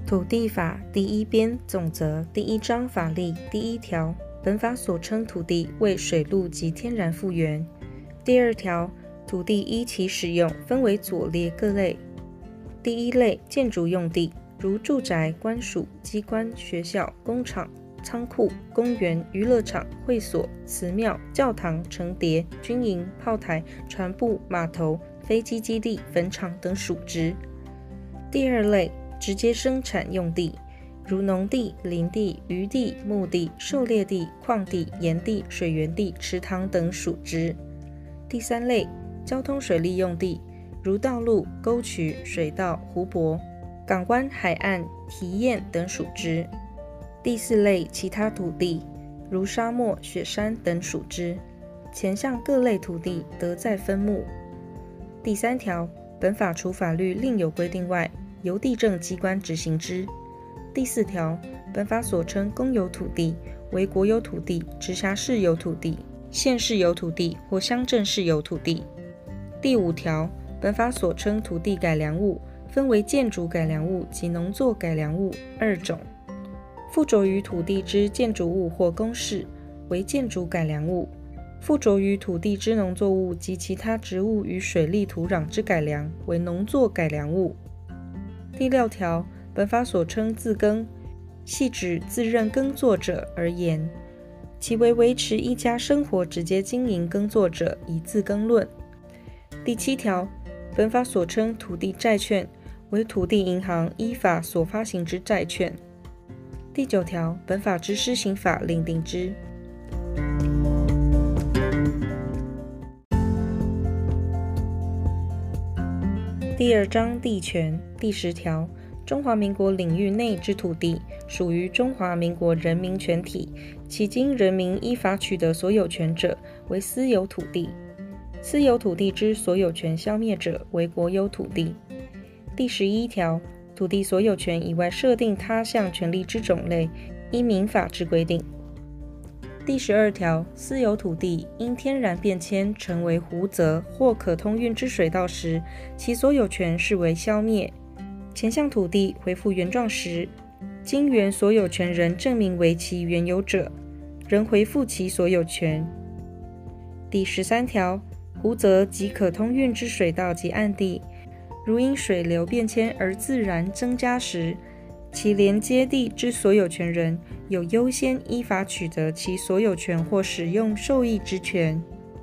土地法第一编总则第1章法例第1条，本法所称土地为水陆及天然复原。第2条，土地依其使用分为左列各类。第1类，建筑用地，如住宅、官署、机关、学校、工厂、仓库、公园、娱乐场、会所、祠庙、教堂、城叠、军营、炮台、船埠、码头、飞机基地、坟场等属之。第2类，直接生产用地，如农地、林地、渔地、牧地、狩猎地、矿地、盐地、水源地、池塘等属之。第3类，交通水利用地，如道路、沟渠、水道、湖泊、港湾、海岸、堤堰等属之。第4类，其他土地，如沙漠、雪山等属之。前项各类土地得再分目。第3条，本法除法律另有规定外，由地政机关执行之。第4条，本法所称公有土地，为国有土地、直辖市有土地、县市有土地或乡镇市有土地。第5条，本法所称土地改良物，分为建筑改良物及农作改良物2种。附着于土地之建筑物或工事，为建筑改良物；附着于土地之农作物及其他植物与水利土壤之改良，为农作改良物。第6条，本法所称自耕，系指自任耕作者而言，其为维持一家生活直接经营耕作者，以自耕论。第7条，本法所称土地债券，为土地银行依法所发行之债券。第9条，本法之施行法另定之。第2章地权第10条，中华民国领域内之土地属于中华民国人民全体，其经人民依法取得所有权者，为私有土地；私有土地之所有权消灭者，为国有土地。第11条，土地所有权以外设定他项权利之种类，依民法之规定。第12条，私有土地因天然变迁成为湖泽或可通运之水道时，其所有权视为消灭。前项土地恢复原状时，经原所有权人证明为其原有者，仍恢复其所有权。第13条，湖泽及可通运之水道及岸地，如因水流变迁而自然增加时，其连接地之所有权人有优先依法取得其所有权或使用受益之权。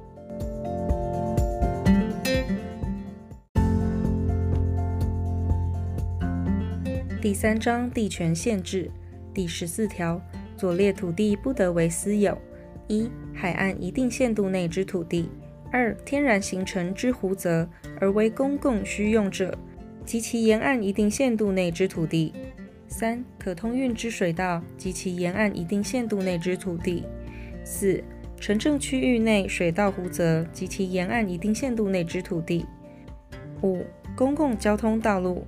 第3章地权限制第14条，左列土地不得为私有：1. 海岸一定限度内之土地； 2. 天然形成之湖泽而为公共需用者，及其沿岸一定限度内之土地； 3. 可通运之水道及其沿岸一定限度内之土地； 4. 城镇区域内水道湖泽及其沿岸一定限度内之土地； 5. 公共交通道路；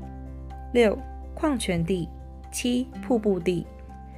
6. 矿泉地； 7. 瀑布地；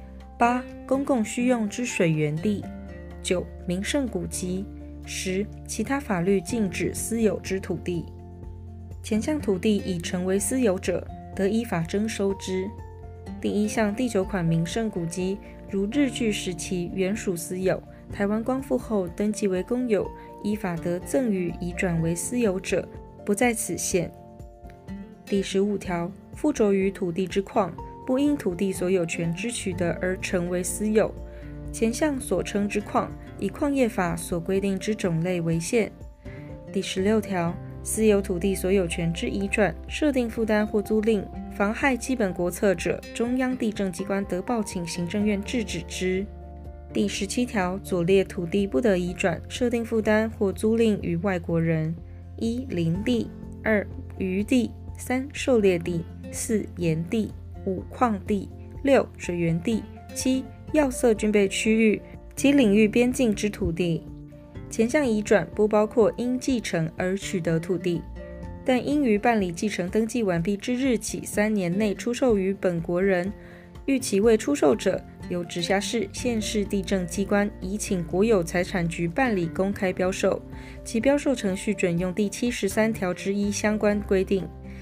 8. 公共需用之水源地； 9. 名胜古迹； 10. 其他法律禁止私有之土地。前项土地已成为私有者，得依法征收之。第1项第9款名胜古迹，如日据时期原属私有，台湾光复后登记为公有，依法得赠与移转为私有者，不在此限。第15条，附着于土地之矿，不因土地所有权之取得而成为私有。前项所称之矿，以矿业法所规定之种类为限。第16条，私有土地所有权之移转、设定负担或租赁，妨害基本国策者，中央地政机关得报请行政院制止之。第17条，左列土地不得移转、设定负担或租赁于外国人：1. 林地； 2. 渔地； 3. 狩猎地； 4. 盐地； 5. 矿地； 6. 水源地； 7. 要塞军备区域及领域边境之土地。前项移转不包括因继承而取得土地，但应于办理继承登记完毕之日起3年内出售于本国人，逾期未出售者，由直辖市、县市地政机关移请国有财产局办理公开标售，其标售程序准用第73条之一相关规定。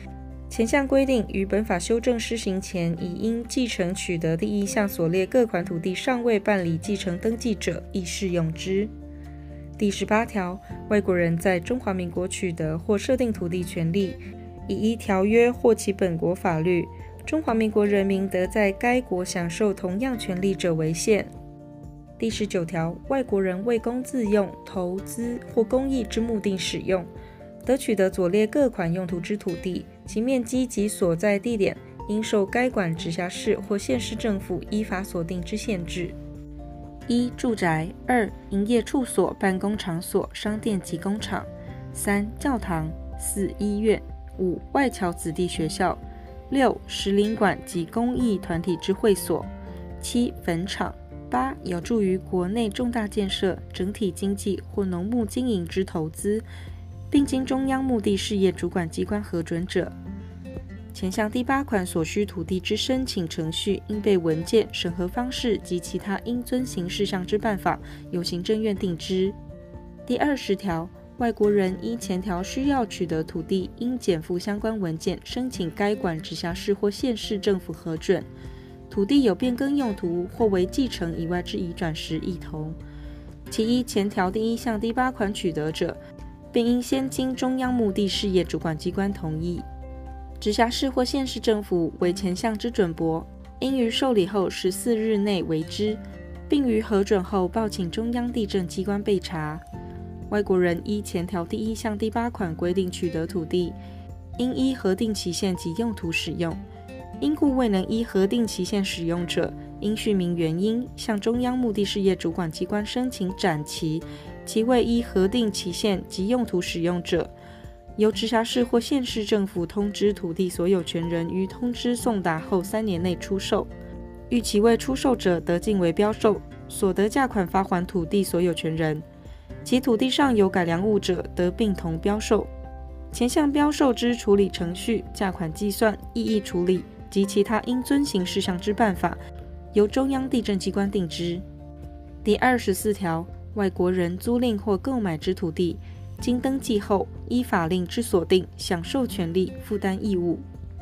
前项规定于本法修正施行前，已因继承取得第1项所列各款土地尚未办理继承登记者，亦适用之。第18条，外国人在中华民国取得或设定土地权利，以依条约或其本国法律，中华民国人民得在该国享受同样权利者为限。第19条，外国人为公自用、投资或公益之目的使用，得取得左列各款用途之土地，其面积及所在地点应受该管直辖市或县市政府依法所定之限制。1. 住宅 2. 营业处所、办公场所、商店及工厂 3. 教堂 4. 医院 5. 外侨子弟学校 6. 使领馆及公益团体之会所 7. 坟场 8. 有助于国内重大建设、整体经济或农牧经营之投资，并经中央目的事业主管机关核准者。前项第8款所需土地之申请程序，应备文件、审核方式及其他应遵行事项之办法，由行政院定之。第20条，外国人依前条需要取得土地，应检附相关文件，申请该管直辖市或县市政府核准。土地有变更用途或为继承以外之移转时，亦同。其一，前条第1项第8款取得者，并应先经中央目的事业主管机关同意。直辖市或县市政府为前项之准驳，应于受理后14日内为之，并于核准后报请中央地政机关备查。外国人依前条第1项第8款规定取得土地，应依核定期限及用途使用。因故未能依核定期限使用者，应叙明原因，向中央目的事业主管机关申请展期；其未依核定期限及用途使用者，由直辖市或县市政府通知土地所有权人于通知送达后3年内出售。逾期未出售者，得竞为标售，所得价款发还土地所有权人。其土地上有改良物者，得并同标售。前项标售之处理程序、价款计算、异议处理及其他应遵行事项之办法，由中央地政机关定之。第24条，外国人租赁或购买之土地，经登记后，依法令之所定，享受权利，负担义务。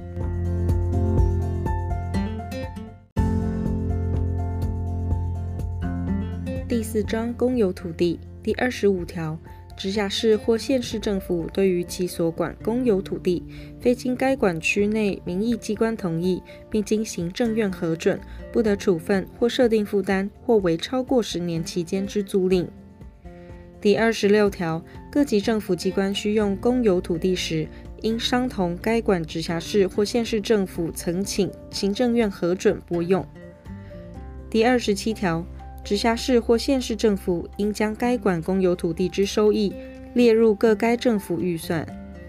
第4章公有土地第25条，直辖市或县市政府对于其所管公有土地，非经该管区内民意机关同意，并经行政院核准，不得处分或设定负担，或为超过10年期间之租赁。第26条，各级政府机关需用公有土地时，应商同该管直辖市或县市政府曾请行政院核准拨用。第27条，直辖市或县市政府应将该管公有土地之收益列入各该政府预算。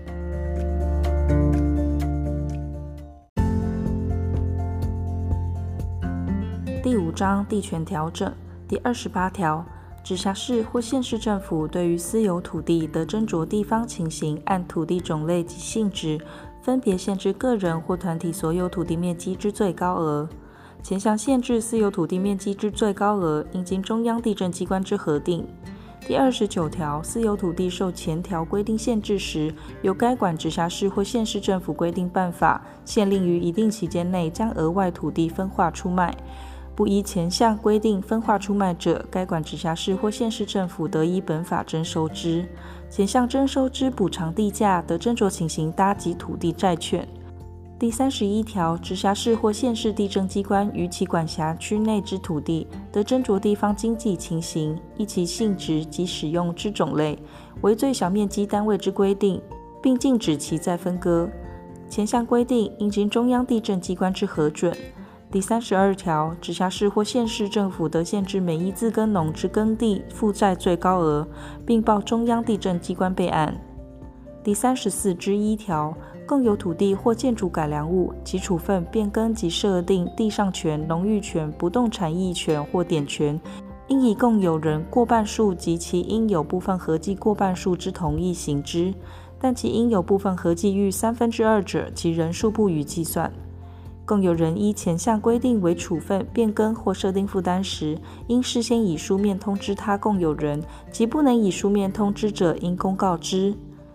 第5章地权调整第28条，直辖市或县市政府对于私有土地得斟酌地方情形，按土地种类及性质，分别限制个人或团体所有土地面积之最高额。前项限制私有土地面积之最高额，应经中央地政机关之核定。第29条，私有土地受前条规定限制时，由该管直辖市或县市政府规定办法，限令于一定期间内将额外土地分化出卖。不依前项规定分化出卖者，该管直辖市或县市政府得依本法征收之。前项征收之补偿地价，得斟酌情形搭给土地债券。第31条，直辖市或县市地政机关于其管辖区内之土地，得斟酌地方经济情形，依其性质及使用之种类，为最小面积单位之规定，并禁止其再分割。前项规定应经中央地政机关之核准。第32条，直辖市或县市政府得限制每一自耕农之耕地负债最高额，并报中央地政机关备案。第34之1条，共有土地或建筑改良物，其处分、变更及设定地上权、农域权、不动产役权或典权，应以共有人过半数及其应有部分合计过半数之同意行之，但其应有部分合计逾2/3者，其人数不予计算。共有人依前项规定为处分、变更或设定负担时，应事先以书面通知他共有人，即不能以书面通知者，应公告之。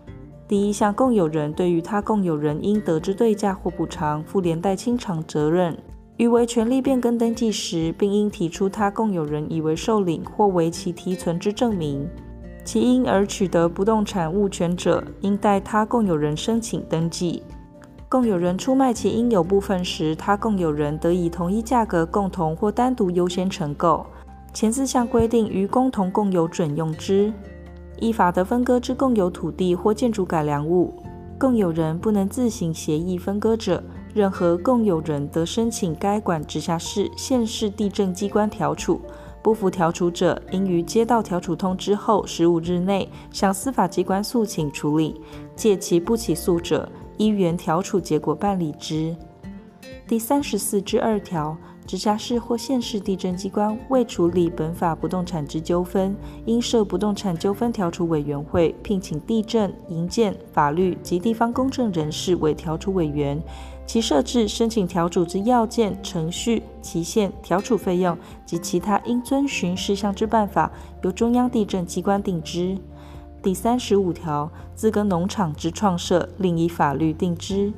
第一项共有人对于他共有人应得之对价或补偿负连带清偿责任，于为权利变更登记时，并应提出他共有人以为受领或为其提存之证明。其因而取得不动产物权者，应待他共有人申请登记。共有人出卖其应有部分时，他共有人得以同一价格共同或单独优先承购。前4项规定于共同共有准用之。依法得分割之共有土地或建筑改良物，共有人不能自行协议分割者，任何共有人得申请该管直辖市、县市地政机关调处，不服调处者，应于接到调处通知后15日内向司法机关诉请处理，届期不起诉者，依原调处结果办理之。第34之2条，直辖市或县市地政机关为处理本法不动产之纠纷，应设不动产纠纷调处委员会，聘请地政、营建、法律及地方公正人士为调处委员，其设置、申请调处之要件、程序、期限、调处费用及其他应遵循事项之办法，由中央地政机关定之。第35条，自耕农场之创设，另依法律定之。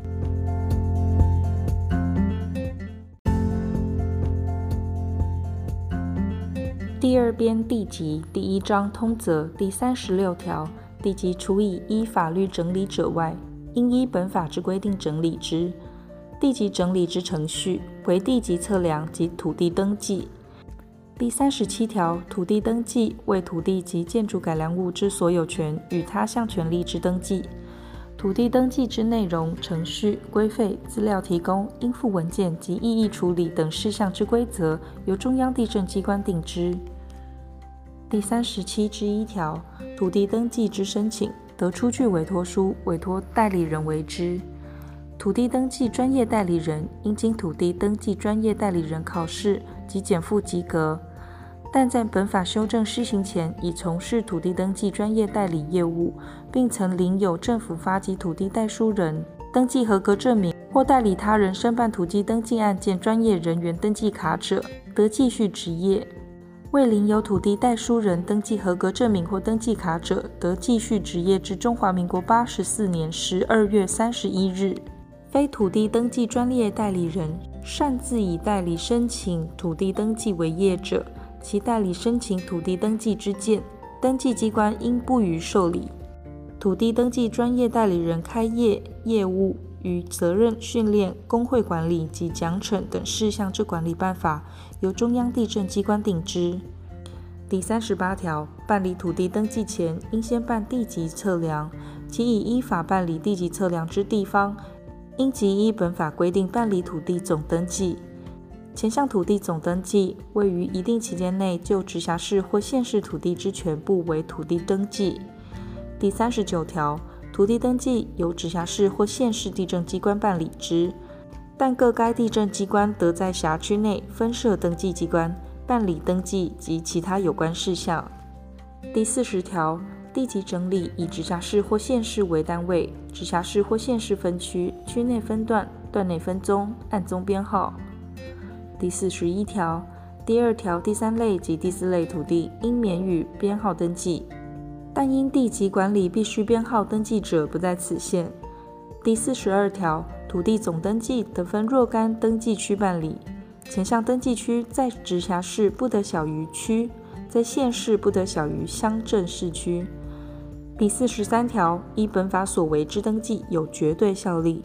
第2编地籍第1章通则第36条，地籍除以依法律整理者外，应依本法之规定整理之。地籍整理之程序为地籍测量及土地登记。第37条，土地登记为土地及建筑改良物之所有权与他项权利之登记。土地登记之内容、程序、规费、资料提供、应付文件及异议处理等事项之规则，由中央地政机关定之。第37之1条，土地登记之申请，得出具委托书，委托代理人为之。土地登记专业代理人应经土地登记专业代理人考试及检附及格，但在本法修正施行前已从事土地登记专业代理业务，并曾领有政府发给土地代书人登记合格证明或代理他人申办土地登记案件专业人员登记卡者，得继续执业。未领有土地代书人登记合格证明或登记卡者，得继续执业至中华民国84年12月31日。非土地登记专业代理人擅自以代理申请土地登记为业者，其代理申请土地登记之件，登记机关应不予受理。土地登记专业代理人开业、业务与责任训练、工会管理及奖惩等事项之管理办法，由中央地政机关定之。第38条，办理土地登记前，应先办地籍测量，其已依法办理地籍测量之地方，应即依本法规定办理土地总登记。前项土地总登记，位于一定期间内就直辖市或县市土地之全部为土地登记。第39条，土地登记由直辖市或县市地政机关办理之，但各该地政机关得在辖区内分设登记机关，办理登记及其他有关事项。第40条，地籍整理以直辖市或县市为单位，直辖市或县市分区，区内分段，段内分宗，按宗编号。第41条，第2条第3类及第4类土地应免予编号登记，但因地籍管理必须编号登记者不在此限。第42条，土地总登记得分若干登记区办理，前项登记区在直辖市不得小于区，在县市不得小于乡镇市区。第43条，依本法所为之登记有绝对效力。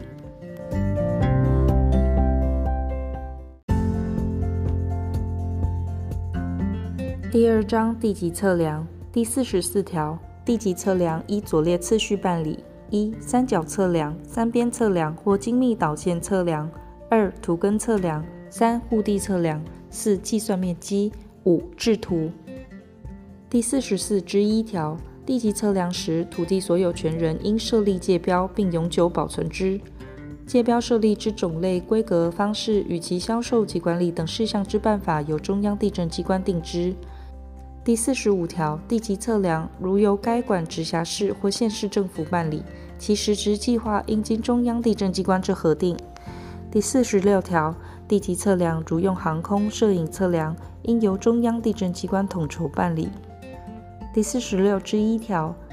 第2章地籍测量第44条，地籍测量依左列次序办理：1、三角测量、三边测量或精密导线测量； 2、土根测量； 3、户地测量； 4、计算面积； 5、制图。第44之1条，地籍测量时，土地所有权人应设立界标并永久保存之。界标设立之种类、规格、方式与其销售及管理等事项之办法，由中央地政机关定之。第45条，地籍测量如由该管直辖市或县市政府办理，其实质计划应经中央地政机关之核定。第46条，地籍测量如用航空、摄影测量，应由中央地政机关统筹办理。第46之1条，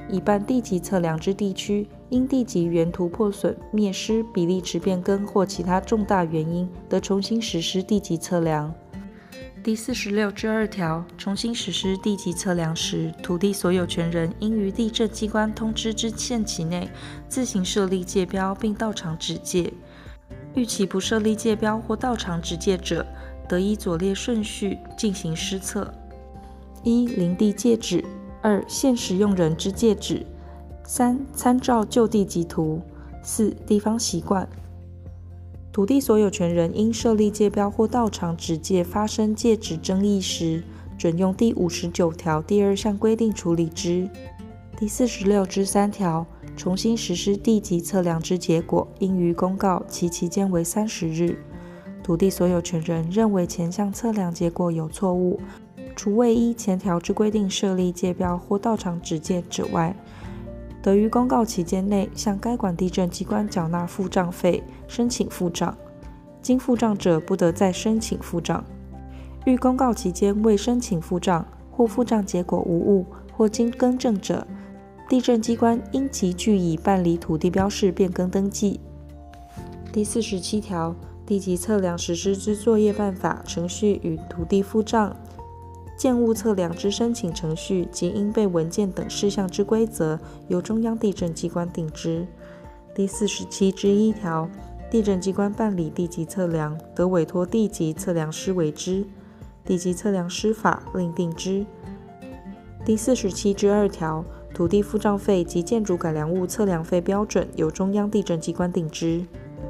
已办地籍测量之地区，因地籍原图破损、灭失、比例值变更或其他重大原因，得重新实施地籍测量。第46之2条，重新实施地籍测量时，土地所有权人应于地政机关通知之限期内，自行设立界标并到场指界。逾期不设立界标或到场指界者，得依左列顺序进行施测：1. 林地界址；2. 现使用人之界址；3. 参照旧地籍图；4. 地方习惯。土地所有权人因设立界标或到场指界发生界址争议时，准用第59条第2项规定处理之。第46之3条，重新实施地籍测量之结果，应予公告，其期间为30日。土地所有权人认为前项测量结果有错误，除未依前条之规定设立界标或到场指界者外，得于公告期间内向该管地政机关缴纳付账费，申请付账。经付账者不得再申请付账。遇公告期间未申请付账，或付账结果无误，或经更正者，地政机关应即据以办理土地标示变更登记。第47条，地籍测量实施之作业办法、程序与土地付账、建物测量之申请程序及应备文件等事项之规则，由中央地政机关定之。第47之1条，地政机关办理地籍测量，得委托地籍测量师为之，地籍测量师法另定之。第47之2条，土地付账费及建筑改良物测量费标准，由中央地政机关定之。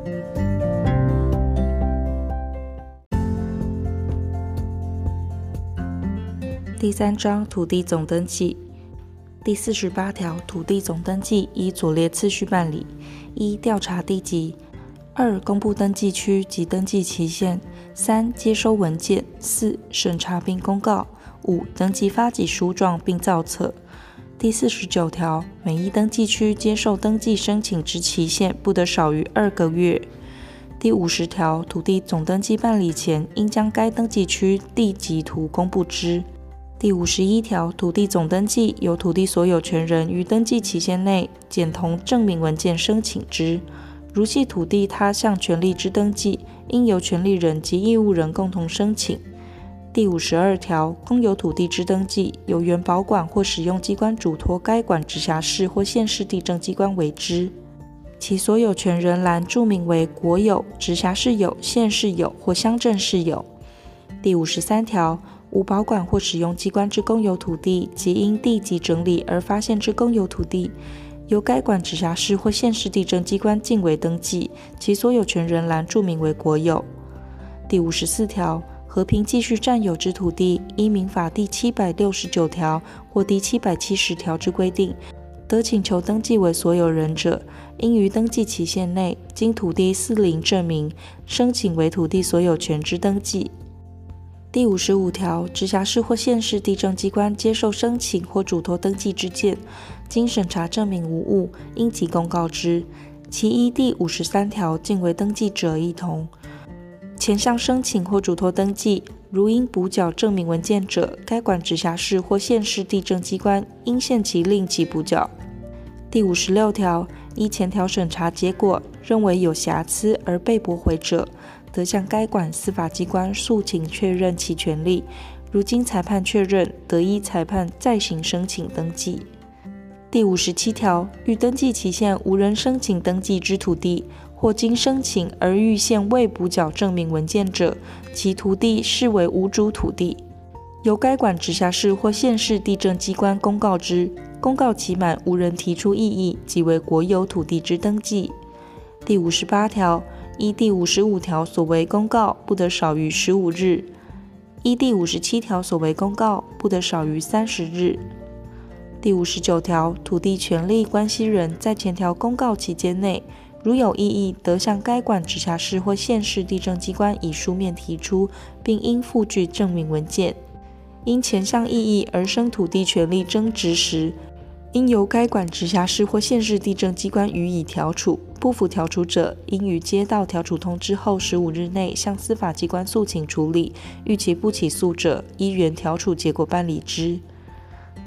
第3章土地总登记。第48条，土地总登记依左列次序办理：1. 调查地籍； 2. 公布登记区及登记期限； 3. 接收文件； 4. 审查并公告； 5. 登记发给书状并造册。第49条，每一登记区接受登记申请之期限不得少于2个月。第50条，土地总登记办理前，应将该登记区地籍图公布之。第51条，土地总登记由土地所有权人于登记期限内检同证明文件申请之。如系土地他项权利之登记，应由权利人及义务人共同申请。第52条，公有土地之登记，由原保管或使用机关嘱托该管直辖市或县市地政机关为之，其所有权人栏注明为国有、直辖市有、县市有或乡镇市有。第53条，无保管或使用机关之公有土地及因地籍整理而发现之公有土地，由该管直辖市或县市地政机关逕为登记，其所有权人栏注明为国有。第54条，和平继续占有之土地，依民法第769条或第770条之规定，得请求登记为所有人者，应于登记期限内，经土地40证明，申请为土地所有权之登记。第55条，直辖市或县市地政机关接受申请或嘱托登记之件，经审查证明无误，应即公告之，其依第53条逕为登记者一同。前项申请或嘱托登记，如应补缴证明文件者，该管直辖市或县市地政机关应限期令其补缴。第56条，依前条审查结果认为有瑕疵而被驳回者，得向该管司法机关诉请确认其权利，如经裁判确认，得依裁判再行申请登记。第57条，遇登记期限无人申请登记之土地，或经申请而预限未补缴证明文件者，其土地视为无主土地，由该管直辖市或县市地政机关公告之，公告期满无人提出异议，即为国有土地之登记。第58条，依第55条所为公告，不得少于15日；依第57条所为公告，不得少于30日。第59条，土地权利关系人在前条公告期间内，如有异议，得向该管直辖市或县市地政机关以书面提出，并应附具证明文件。因前项异议而生土地权利争执时，应由该管直辖市或县市地政机关予以调处，不服调处者，应于接到调处通知后15日内向司法机关诉请处理，逾期不起诉者，依原调处结果办理之。第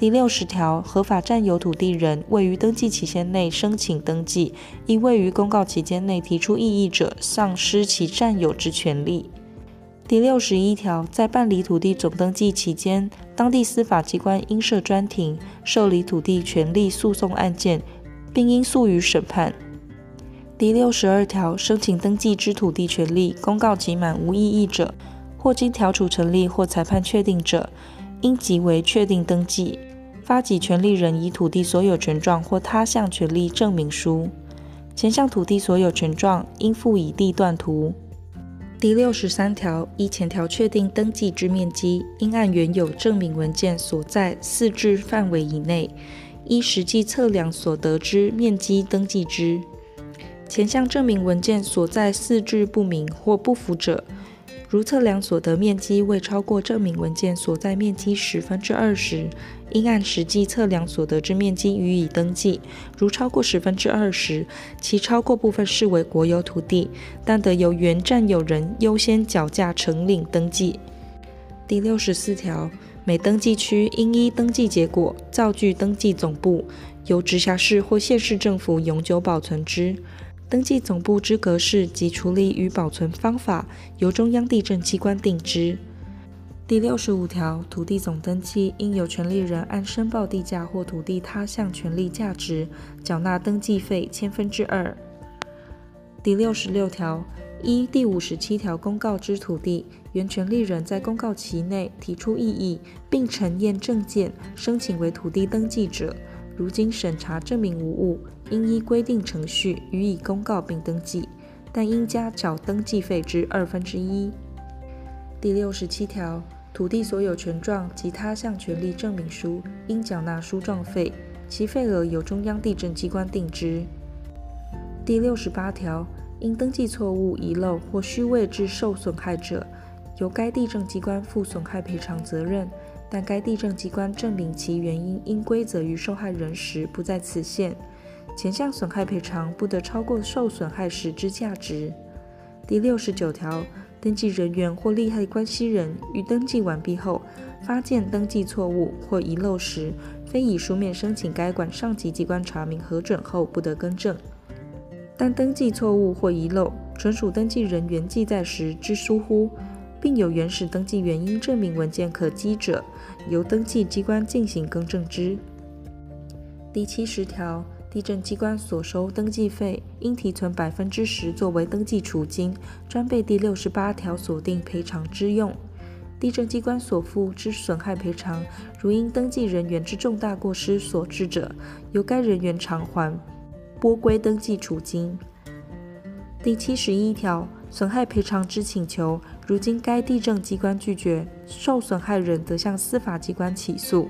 第60条，合法占有土地人未于登记期限内申请登记，亦未于公告期间内提出异议者，丧失其占有之权利。第61条，在办理土地总登记期间，当地司法机关应设专庭，受理土地权利诉讼案件，并应诉予审判。第62条，申请登记之土地权利，公告期满无异议者，或经调处成立或裁判确定者，应即为确定登记，发给权利人以土地所有权状或他项权利证明书。前项土地所有权状应附以地段图。第63条，依前条确定登记之面积，应按原有证明文件所在4至范围以内，依实际测量所得之面积登记之。前项证明文件所在4至不明或不符者，如测量所得面积未超过证明文件所在面积20%，应按实际测量所得之面积予以登记；如超过20%，其超过部分视为国有土地，但得由原占有人优先缴价承领登记。第64条，每登记区应依登记结果造具登记总部，由直辖市或县市政府永久保存之。登记总部之格式及处理与保存方法，由中央地政机关定之。第65条，土地总登记应有权利人按申报地价或土地他项权利价值，缴纳登记费2/1000。第66条，依第57条公告之土地，原权利人在公告期内提出异议，并呈验证件，申请为土地登记者，如经审查证明无误，应依规定程序予以公告并登记，但应加缴登记费之1/2。第67条，土地所有权状及他项权利证明书应缴纳书状费，其费额由中央地政机关定之。第68条，因登记错误、遗漏或虚伪致受损害者，由该地政机关负损害赔偿责任，但该地政机关证明其原因应归责于受害人时不在此限。前项损害赔偿不得超过受损害时之价值。第69条，登记人员或利害关系人于登记完毕后，发现登记错误或遗漏时，非以书面申请该管上级机关查明核准后，不得更正。但登记错误或遗漏纯属登记人员记载时之疏忽，并有原始登记原因证明文件可稽者，由登记机关进行更正之。第70条，地政机关所收登记费，应提存10%作为登记储金，专备第68条所定赔偿之用。地政机关所负之损害赔偿，如因登记人员之重大过失所致者，由该人员偿还，拨归登记储金。第71条，损害赔偿之请求，如经该地政机关拒绝，受损害人得向司法机关起诉。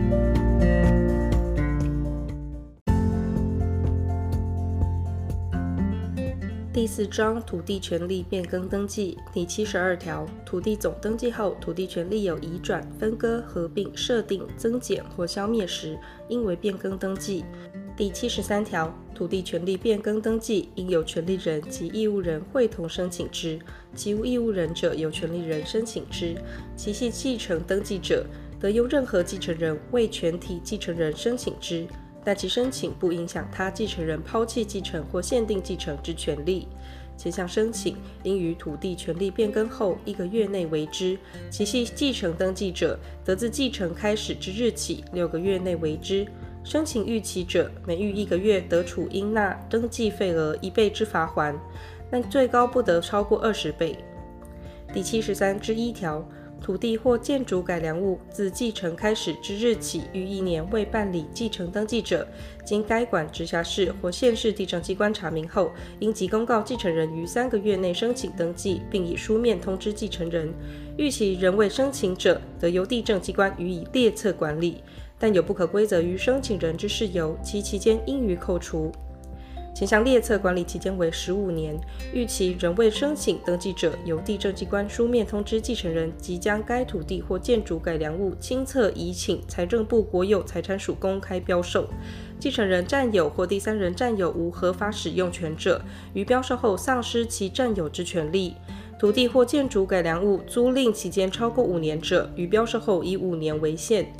第4章土地权利变更登记第72条，土地总登记后，土地权利有移转、分割、合并、设定、增减或消灭时，应为变更登记。第73条，土地权利变更登记应有权利人及义务人会同申请之，其无义务人者，有权利人申请之。其系继承登记者，得由任何继承人为全体继承人申请之，但其申请不影响他继承人抛弃继承或限定继承之权利。前项申请应于土地权利变更后1个月内为之，其系继承登记者，得自继承开始之日起6个月内为之。申请逾期者，每逾1个月得处应纳登记费额1倍之罚锾，但最高不得超过20倍。第73之1条，土地或建筑改良物自继承开始之日起逾1年未办理继承登记者，经该管直辖市或县市地政机关查明后，应即公告继承人于3个月内申请登记，并以书面通知继承人。逾期仍未申请者，得由地政机关予以列册管理，但有不可归责于申请人之事由，其期间应予扣除。前项列册管理期间为15年，逾期仍未申请登记者，由地政机关书面通知继承人，即将该土地或建筑改良物清册移请财政部国有财产署公开标售。继承人占有或第三人占有无合法使用权者，于标售后丧失其占有之权利。土地或建筑改良物租赁期间超过5年者，于标售后以5年为限。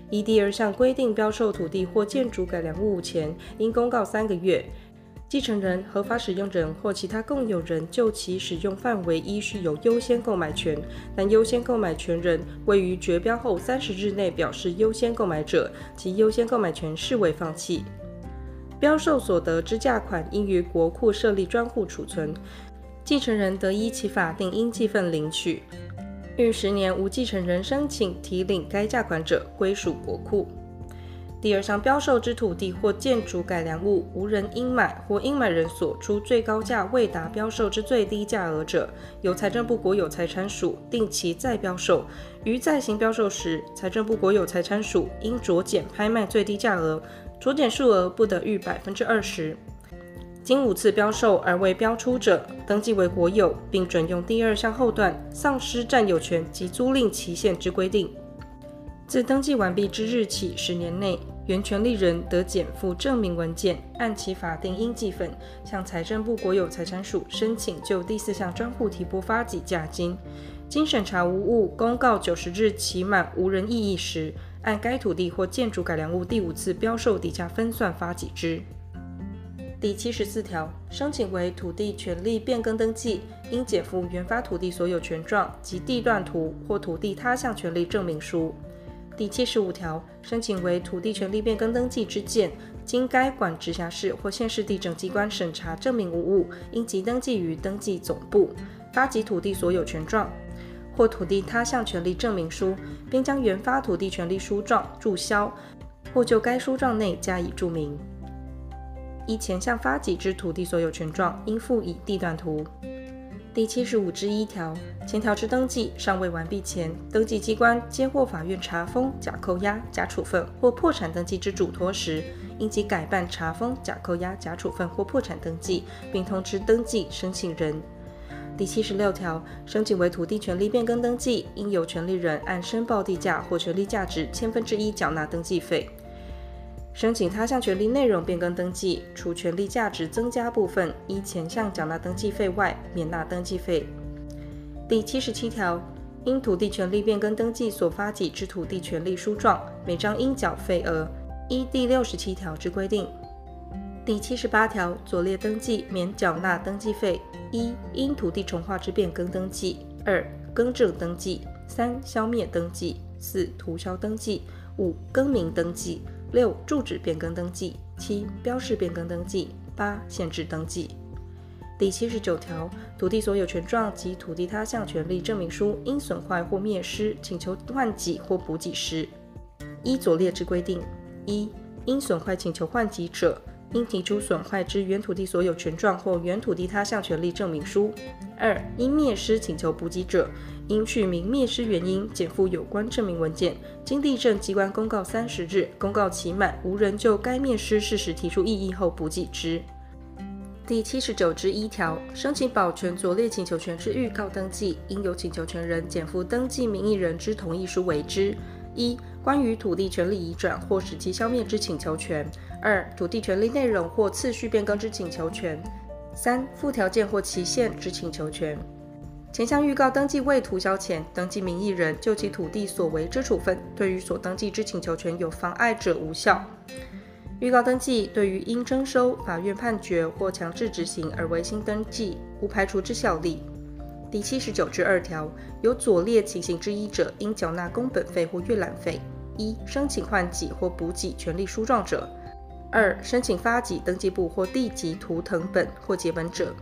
依第二项规定标售土地或建筑改良物前，应公告3个月。继承人、合法使用人或其他共有人就其使用范围依序有优先购买权，但优先购买权人未于绝标后30日内表示优先购买者，其优先购买权视为放弃。标售所得之价款应于国库设立专户储存，继承人得依其法定应继分领取。逾10年无继承人申请提领该价款者，归属国库。第二项标售之土地或建筑改良物，无人应买或应买人所出最高价未达标售之最低价额者，由财政部国有财产署定期再标售。于再行标售时，财政部国有财产署应酌减拍卖最低价额，酌减数额不得逾20%。经5次标售而未标出者，登记为国有，并准用第二项后段丧失占有权及租赁期限之规定。自登记完毕之日起10年内，原权利人得减负证明文件，按其法定应继分，向财政部国有财产署申请就第4项专户提拨发给价金。经审查无误，公告90日期满无人异议时，按该土地或建筑改良物第5次标售底价分算发给之。第74条，申请为土地权利变更登记，应减负原发土地所有权状及地段图或土地他项权利证明书。第75条，申请为土地权利变更登记之件，经该管直辖市或县市地政机关审查证明无误，应即登记于登记总部，发给土地所有权状或土地他项权利证明书，并将原发土地权利书状注销，或就该书状内加以注明。依前项发给之土地所有权状，应附以地段图。第75之1条，前条之登记尚未完毕前，登记机关接获法院查封、假扣押、假处分或破产登记之嘱托时，应即改办查封、假扣押、假处分或破产登记，并通知登记申请人。第76条，申请为土地权利变更登记，应由权利人按申报地价或权利价值1/1000缴纳登记费。申请他项权利内容变更登记，除权利价值增加部分依前项缴纳登记费外，免纳登记费。第77条，因土地权利变更登记所发给之土地权利书状，每张应缴费额，依第67条之规定。第78条，左列登记免缴纳登记费：1. 因土地重划之变更登记； 2. 更正登记； 3. 消灭登记； 4. 涂销登记； 5. 更名登记； 6. 住址变更登记； 7. 标示变更登记； 8. 限制登记。第79条，土地所有权状及土地他项权利证明书因损坏或灭失，请求换给或补给时，依左列之规定： 1. 因损坏请求换给者，应提出损坏之原土地所有权状或原土地他项权利证明书。 2. 因灭失请求补给者，应去明灭失原因，减负有关证明文件，经地政机关公告30日，公告期满无人就该灭失事实提出异议后补给之。第79之1条，申请保全左列请求权之预告登记，应由请求权人减负登记名义人之同意书为之。1. 关于土地权利移转或使其消灭之请求权； 2. 土地权利内容或次序变更之请求权； 3. 附条件或期限之请求权。前项预告登记未涂销前，登记名义人就其土地所为之处分，对于所登记之请求权有妨碍者无效。预告登记对于因征收、法院判决或强制执行而为新登记，无排除之效力。第79之2条，有左列情形之一者，应缴纳工本费或阅览费：1. 申请换给或补给权利书状者； 2. 申请发给登记簿或地籍图誊本或结本者；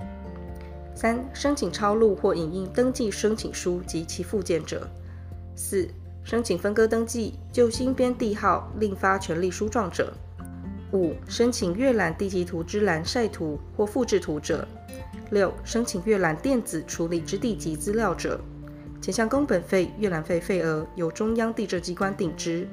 3. 申请抄录或影印登记申请书及其附件者； 4. 申请分割登记、就新编地号另发权利书状者； 5. 申请阅览地籍图之栏晒图或复制图者； 6. 申请阅览电子处理之地籍资料者。前项工本费、阅览费费额由中央地政机关定之。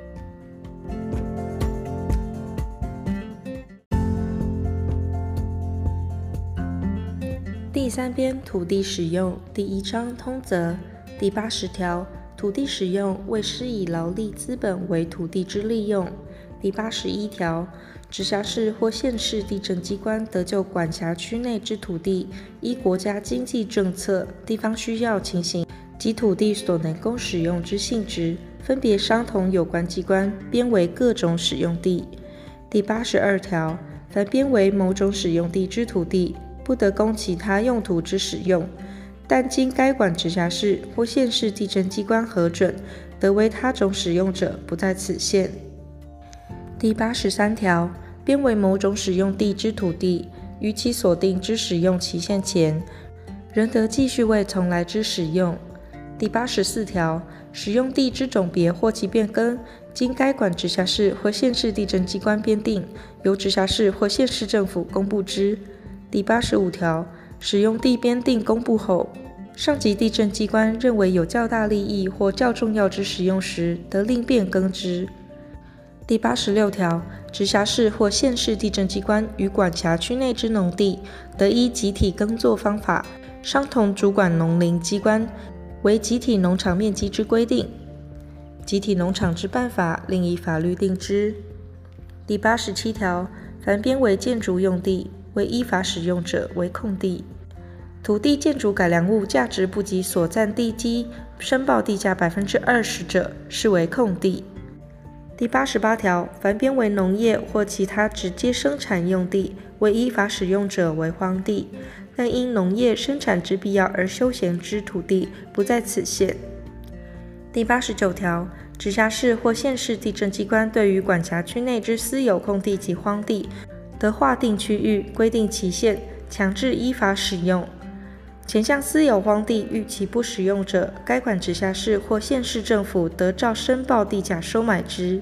第3编土地使用第1章通则第80条，土地使用为施以劳力资本为土地之利用。第81条，直辖市或县市地政机关得就管辖区内之土地，依国家经济政策、地方需要情形及土地所能供使用之性质， 分别相同有关机关编为各种使用地。第82条，凡编为某种使用地之土地，不得供其他用途之使用，但经该管直辖市或县市地政机关核准，得为他种使用者，不在此限。第83条，编为某种使用地之土地，于其所定之使用期限前，仍得继续为从来之使用。第84条，使用地之种别或其变更，经该管直辖市或县市地政机关编定，由直辖市或县市政府公布之。第85条，使用地编定公布后，上级地政机关认为有较大利益或较重要之使用时，得另变更之。第86条，直辖市或县市地政机关与管辖区内之农地，得依集体耕作方法，相同主管农林机关为集体农场面积之规定，集体农场之办法，另以法律定之。第87条，凡编为建筑用地，为依法使用者，为空地。土地建筑改良物价值不及所占地基申报地价 20% 者，视为空地。第88条，凡编为农业或其他直接生产用地，为依法使用者，为荒地，但因农业生产之必要而休闲之土地，不在此限。第89条，直辖市或县市地政机关对于管辖区内之私有空地及荒地，得划定区域，规定期限，强制依法使用。前项私有荒地逾期不使用者，该管直辖市或县市政府得照申报地价收买之。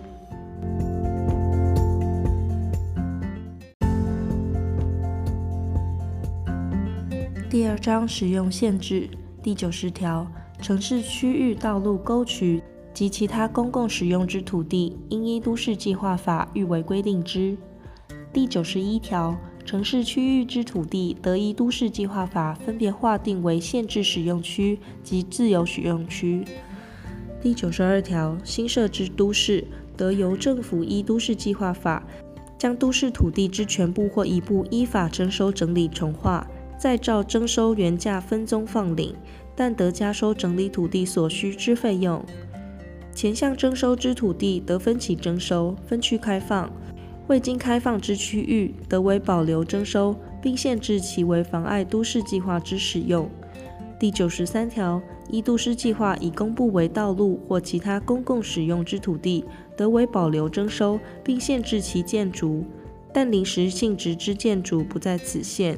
第2章使用限制第90条，城市区域道路沟渠及其他公共使用之土地，应依都市计划法预为规定之。第91条，城市区域之土地得依都市计划法分别划定为限制使用区及自由使用区。第92条，新设之都市得由政府依都市计划法将都市土地之全部或一部依法征收整理重划，再照征收原价分宗放领，但得加收整理土地所需之费用。前项征收之土地得分期征收，分区开放。未经开放之区域，得为保留征收，并限制其为妨碍都市计划之使用。第93条，依都市计划已公布为道路或其他公共使用之土地，得为保留征收，并限制其建筑，但临时性质之建筑不在此限。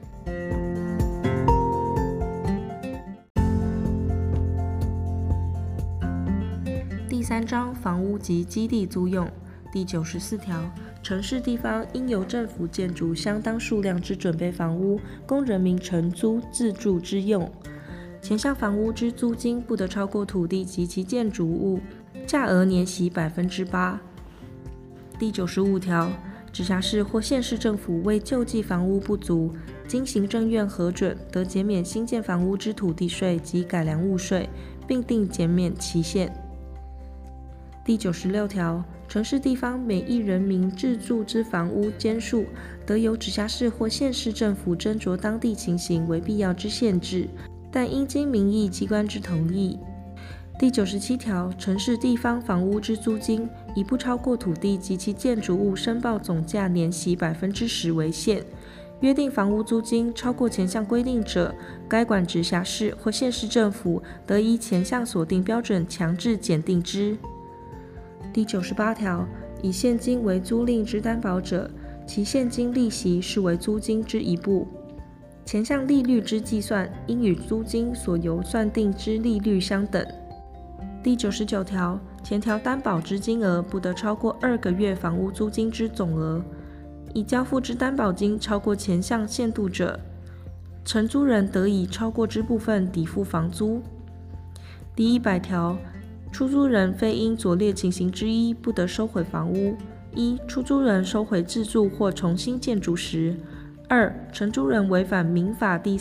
第3章房屋及基地租用第94条，城市地方应由政府建筑相当数量之准备房屋，供人民承租自住之用。前项房屋之租金不得超过土地及其建筑物价额年息 8%。第95条，直辖市或县市政府为救济房屋不足，经行政院核准，得减免新建房屋之土地税及改良物税，并定减免期限。第96条，城市地方每一人民自住之房屋间数，得由直辖市或县市政府斟酌当地情形为必要之限制，但应经民意机关之同意。第97条，城市地方房屋之租金，以不超过土地及其建筑物申报总价年息 10% 为限。约定房屋租金超过前项规定者，该管直辖市或县市政府得依前项所定标准强制检定之。第98条，以现金为租赁之担保者，其现金利息视为租金之一部。前项利率之计算，应与租金所由算定之利率相等。第99条，前条担保之金额不得超过2个月房屋租金之总额。已交付之担保金超过前项限度者，承租人得以超过之部分抵付房租。第100条，出租人非因左列情形之一不得收回房屋：一、出租人收回自住或重新建筑时；二、承租人违反民法第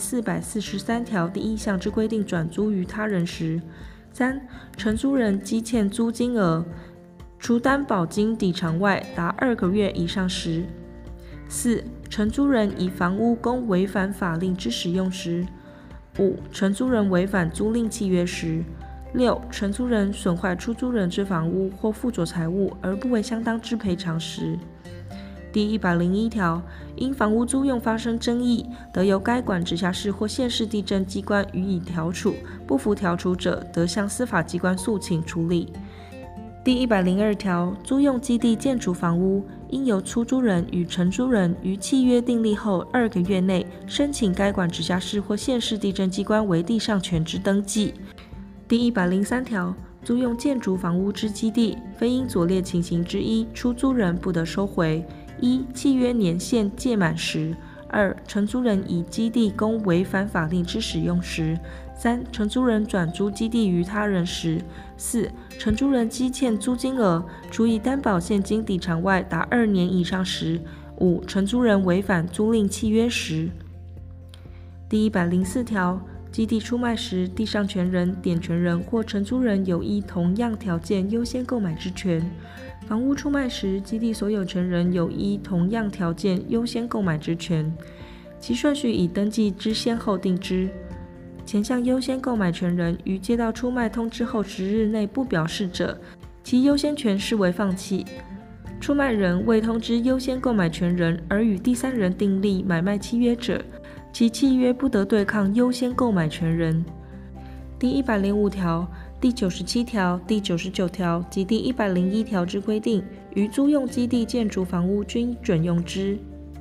443条第1项之规定转租于他人时；三、承租人积欠租金额，除担保金抵偿外达2个月以上时；四、承租人以房屋供违反法令之使用时；五、承租人违反租赁契约时； 6. 承租人损坏出租人之房屋或附着财物而不为相当之赔偿时。第101条，因房屋租用发生争议，得由该管直辖市或县市地政机关予以调处，不服调处者，得向司法机关诉请处理。第102条，租用基地建筑房屋，应由出租人与承租人于契约订立后2个月内申请该管直辖市或县市地政机关为地上权之登记。第103条，租用建筑房屋之基地，非因左列情形之一，出租人不得收回：一、契约年限届满时；二、承租人以基地供违反法令之使用时；三、承租人转租基地于他人时；四、承租人积欠租金额，除以担保现金抵偿外达2年以上时；五、承租人违反租赁契约时。第104条，基地出卖时，地上权人、典权人或承租人有依同样条件优先购买之权；房屋出卖时，基地所有权人有依同样条件优先购买之权，其顺序以登记之先后定之。前项优先购买权人于接到出卖通知后10日内不表示者，其优先权视为放弃。出卖人未通知优先购买权人而与第三人订立买卖契约者，其契约不得对抗优先购买权人。第105条、第97条、第99条及第101条之规定，于租用基地建筑房屋均准用之。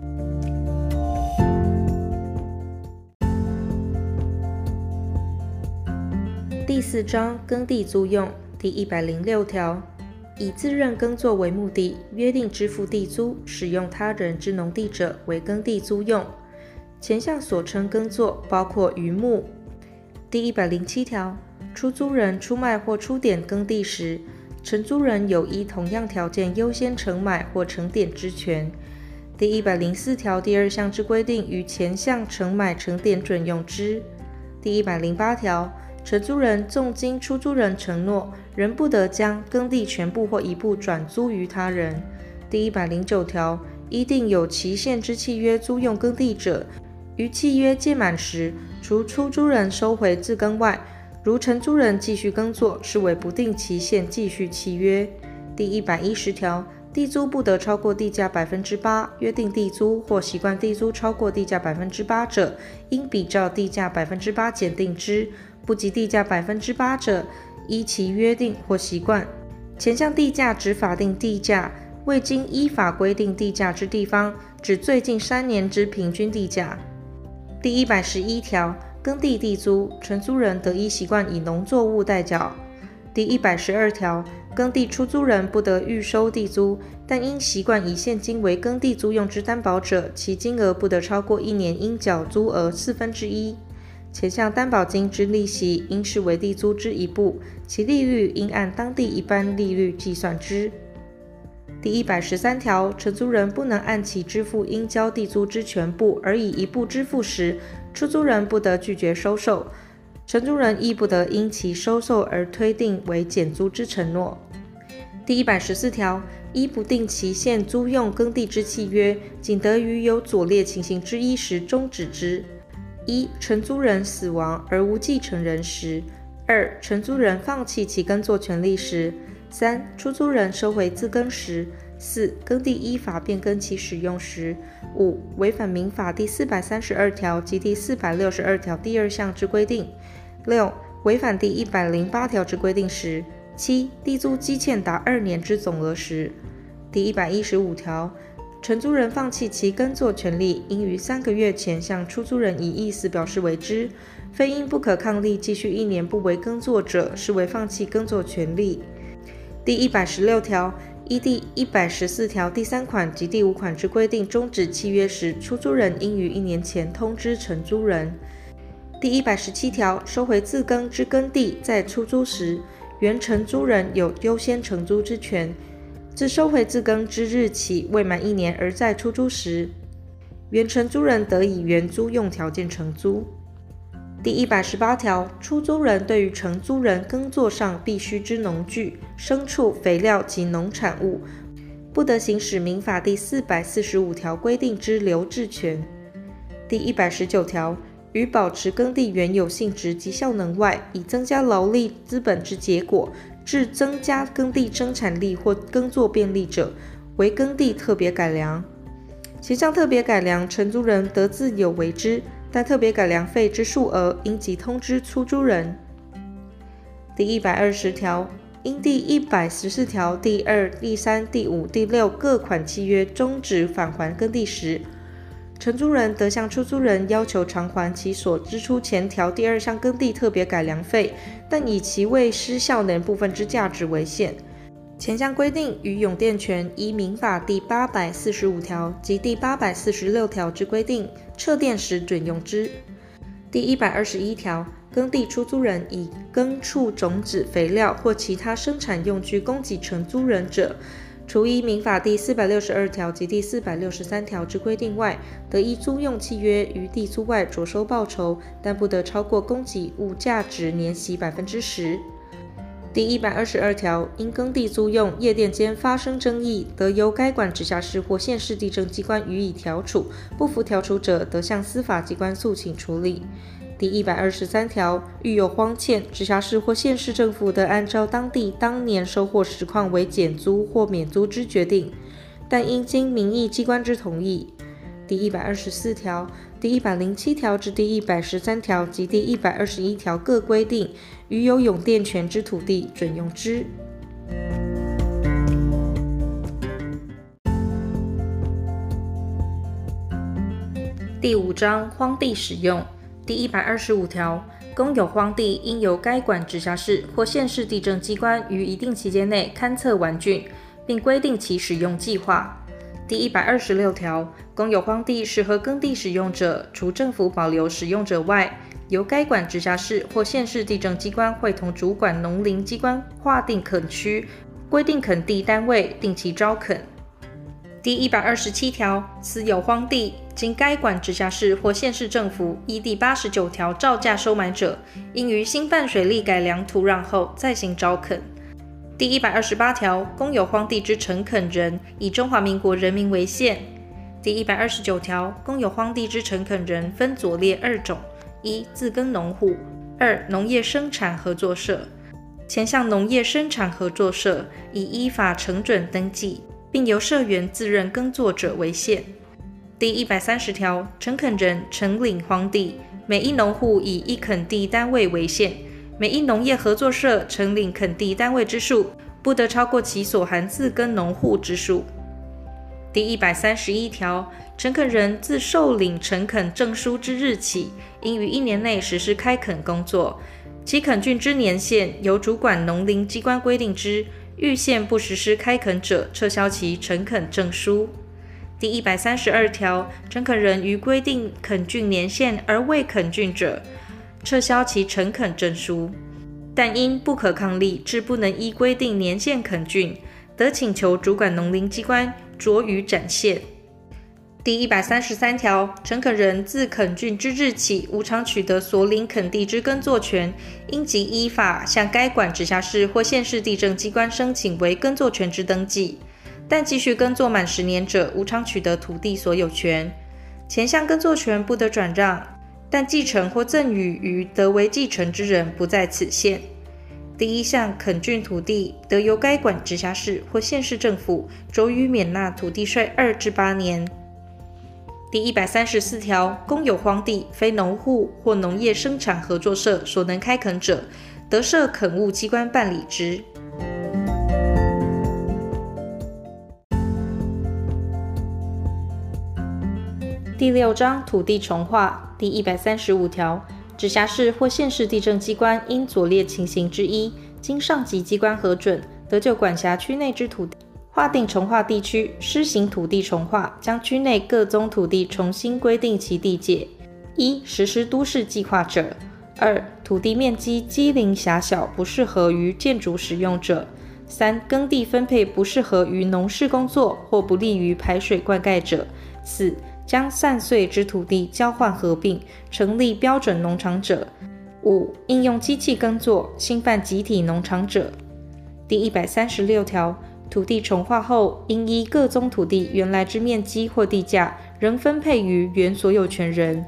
第4章耕地租用第106条，以自认耕作为目的，约定支付地租，使用他人之农地者，为耕地租用。前项所称耕作，包括渔牧。第107条，出租人出卖或出典耕地时，承租人有依同样条件优先承买或承典之权。第104条第2项之规定，于前项承买承典准用之。第108条，承租人纵经出租人承诺，仍不得将耕地全部或一部转租于他人。第109条，依定有期限之契约租用耕地者，于契约届满时，除出租人收回自耕外，如承租人继续耕作，视为不定期限继续契约。第110条，地租不得超过地价 8%， 约定地租或习惯地租超过地价 8% 者，应比照地价 8% 减定之，不及地价 8% 者，依其约定或习惯。前项地价指法定地价，未经依法规定地价之地方，指最近3年之平均地价。第111条，耕地地租，承租人得依习惯以农作物代缴。第112条，耕地出租人不得预收地租，但因习惯以现金为耕地租用之担保者，其金额不得超过1年应缴租额1/4。前项担保金之利息，应视为地租之一部，其利率应按当地一般利率计算之。第113条，承租人不能按期支付应交地租之全部，而以一部支付时，出租人不得拒绝收受，承租人亦不得因其收受而推定为减租之承诺。第114条，依不定期限租用耕地之契约，仅得于有左列情形之一时终止之：一、承租人死亡而无继承人时；二、承租人放弃其耕作权利时；三、出租人收回自耕时；四、耕地依法变更其使用时；五、违反民法第432条及第462条第2项之规定；六、违反第108条之规定时；七、地租积欠达2年之总额时。第115条，承租人放弃其耕作权利，应于3个月前向出租人以意思表示为之，非因不可抗力继续1年不为耕作者，视为放弃耕作权利。第116条，依第114条第3款及第5款之规定终止契约时，出租人应于1年前通知承租人。第117条，收回自耕之耕地在出租时，原承租人有优先承租之权，自收回自耕之日起未满1年而在出租时，原承租人得以原租用条件承租。第118条，出租人对于承租人耕作上必需之农具、牲畜、肥料及农产物，不得行使民法第445条规定之留置权。第119条， 于保持耕地原有性质及效能外，以增加劳力资本之结果，致增加耕地生产力或耕作便利者，为耕地特别改良。前项特别改良，承租人得自有为之，但特别改良费之数额，应即通知出租人。第120条，因第114条第2、第3、第5、第6各款契约终止返还耕地时，承租人得向出租人要求偿还其所支出前条第2项耕地特别改良费，但以其未失效能部分之价值为限。前项规定与永佃权依民法第845条及第846条之规定，撤佃时准用之。第121条，耕地出租人以耕畜种子、肥料或其他生产用具供给承租人者，除依民法第462条及第463条之规定外，得依租用契约于地租外着收报酬，但不得超过供给物价值年息 10%。第122条，因耕地租用、业佃间发生争议，得由该管直辖市或县市地政机关予以调处，不服调处者，得向司法机关诉请处理。第123条，遇有荒欠，直辖市或县市政府得按照当地当年收获实况为减租或免租之决定，但应经民意机关之同意。第124条、第107条至第113条及第121条各规定，于有永佃权之土地准用之。第5章荒地使用。第125条，公有荒地应由该管直辖市或县市地政机关于一定期间内勘测完竣，并规定其使用计划。第126条，公有荒地适合耕地使用者，除政府保留使用者外，由该管直辖市或县市地政机关会同主管农林机关划定垦区，规定垦地单位，定期招垦。第127条，私有荒地经该管直辖市或县市政府依第89条照价收买者，应于新泛水利改良土壤后再行招垦。第128条，公有荒地之承垦人以中华民国人民为限。第129条，公有荒地之承垦人分左列2种：一、自耕农户；二、农业生产合作社。前项农业生产合作社以依法承准登记，并由社员自认耕作者为限。第130条，承垦人承领荒地，每一农户以一垦地单位为限，每一农业合作社承领垦地单位之数，不得超过其所含自耕农户之数。第131条，承垦人自受领承垦证书之日起，应于1年内实施开垦工作，其垦竣之年限由主管农林机关规定之，逾限不实施开垦者，撤销其承垦证书。第132条，承垦人于规定垦竣年限而未垦竣者，撤销其承垦证书，但因不可抗力致不能依规定年限垦竣，得请求主管农林机关酌予展现。第133条，承垦人自垦竣之日起无偿取得所领垦地之耕作权，应即依法向该管直辖市或县市地政机关申请为耕作权之登记，但继续耕作满10年者，无偿取得土地所有权。前项耕作权不得转让，但继承或赠与于得为继承之人不在此限。第1项垦竣土地，得由该管直辖市或县市政府酌予免纳土地税2至8年。第134条，公有荒地非农户或农业生产合作社所能开垦者，得设垦务机关办理之。第6章土地重划。第135条，直辖市或县市地政机关因左列情形之一，经上级机关核准，得就管辖区内之土地划定重划地区，施行土地重划，将区内各宗土地重新规定其地界。一、实施都市计划者；二、土地面积畸零狭小，不适合于建筑使用者；三、耕地分配不适合于农事工作或不利于排水灌溉者；四、将散碎之土地交换合并，成立标准农场者；五、应用机器耕作，兴办集体农场者。第136条，土地重划后，应依各宗土地原来之面积或地价，仍分配于原所有权人，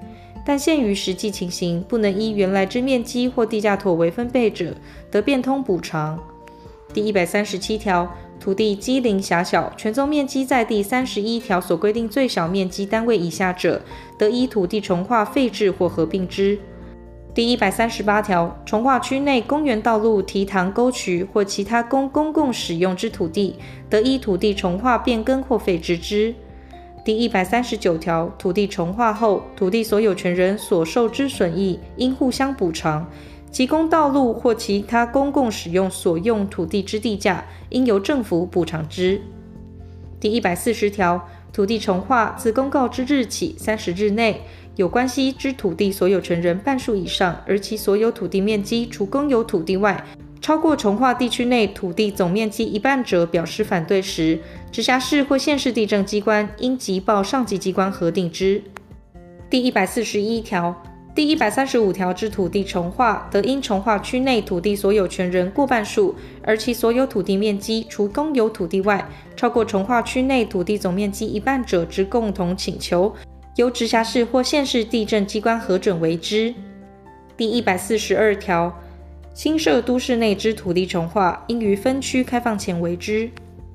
但限于实际情形，不能依原来之面积或地价妥为分配者，得变通补偿。第137条，土地畸零狭小，权宗面积在第31条所规定最小面积单位以下者，得依土地重划废置或合并之。第138条，重划区内公园道路、堤塘、沟渠或其他供公共使用之土地，得依土地重划变更或废置之。第139条，土地重划后，土地所有权人所受之损益，应互相补偿。其供道路或其他公共使用所用土地之地价，应由政府补偿之。第140条，土地重划自公告之日起30日内，有关系之土地所有权人半数以上，而其所有土地面积除公有土地外，超过重划地区内土地总面积一半者表示反对时，直辖市或县市地政机关应即报上级机关核定之。第141条，第135条之土地重划，得因重划区内土地所有权人过半数，而其所有土地面积除公有土地外，超过重划区内土地总面积一半者之共同请求，由直辖市或县市地政机关核准为之。第142条，新设都市内之土地重划，应于分区开放前为之。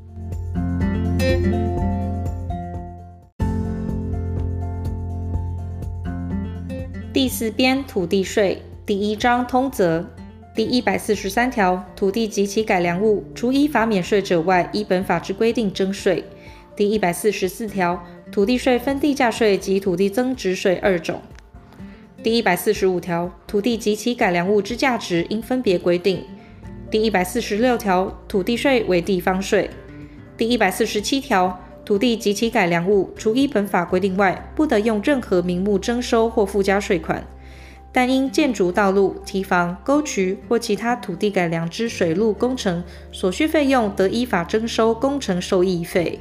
第4编土地税第1章通则第143条，土地及其改良物，除依法免税者外，依本法之规定征税。第144条，土地税分地价税及土地增值税2种。第145条，土地及其改良物之价值应分别规定。第146条，土地税为地方税。第147条，土地及其改良物，除依本法规定外，不得用任何名目征收或附加税款，但因建筑道路、堤防、沟渠或其他土地改良之水路工程所需费用，得依法征收工程受益费。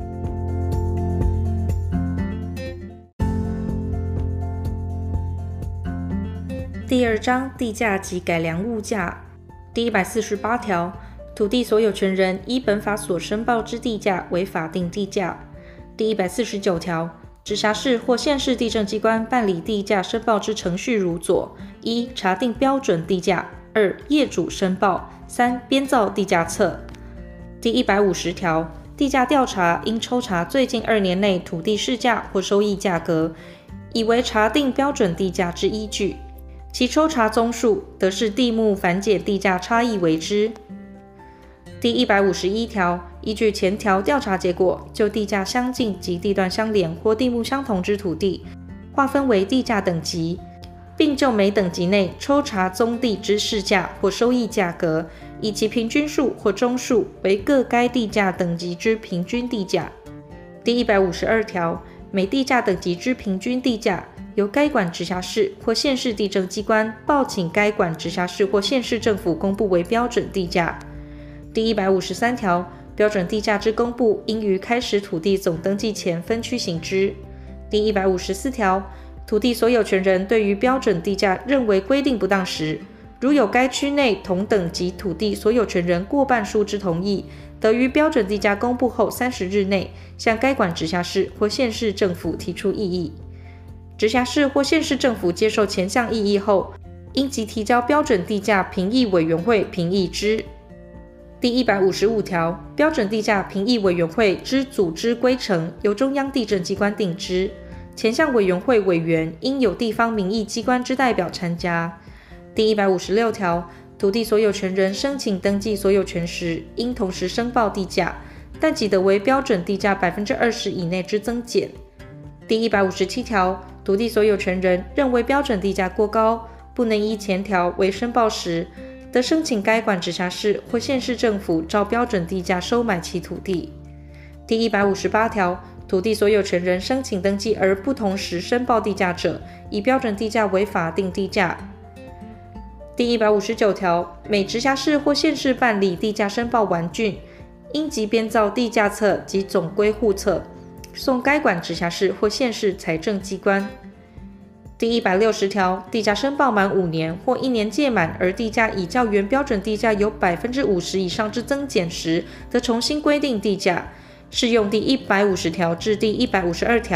第2章地价及改良物价第148条，土地所有权人依本法所申报之地价为法定地价。第149条，直辖市或县市地政机关办理地价申报之程序如左：1. 查定标准地价；2. 业主申报；3. 编造地价册。第150条，地价调查应抽查最近2年内土地市价或收益价格，以为查定标准地价之依据。其抽查宗数，得视地目繁减地价差异为之。第151条，依据前条调查结果，就地价相近及地段相连或地目相同之土地，划分为地价等级，并就每等级内抽查宗地之市价或收益价格，以其平均数或中数为各该地价等级之平均地价。第152条，每地价等级之平均地价，由该管直辖市或县市地政机关报请该管直辖市或县市政府公布为标准地价。第153条，标准地价之公布，应于开始土地总登记前分区行之。第154条，土地所有权人对于标准地价认为规定不当时，如有该区内同等级土地所有权人过半数之同意，得于标准地价公布后30日内，向该管直辖市或县市政府提出异议。直辖市或县市政府接受前项异议后，应即提交标准地价评议委员会评议之。第155条，标准地价评议委员会之组织规程由中央地政机关定之，前项委员会委员应有地方民意机关之代表参加。第156条，土地所有权人申请登记所有权时，应同时申报地价，但仅得为标准地价 20% 以内之增减。第157条，土地所有权人认为标准地价过高，不能依前条为申报时，得申请该管直辖市或县市政府照标准地价收买其土地。第158条，土地所有权人申请登记而不同时申报地价者，以标准地价为法定地价。第159条，每直辖市或县市办理地价申报完竣，应即编造地价册及总归户册，送该管直辖市或县市财政机关。第160条，地价申报满5年或1年届满，而地价已较原标准地价有 50% 以上之增减时，得重新规定地价。适用第150条至第152条，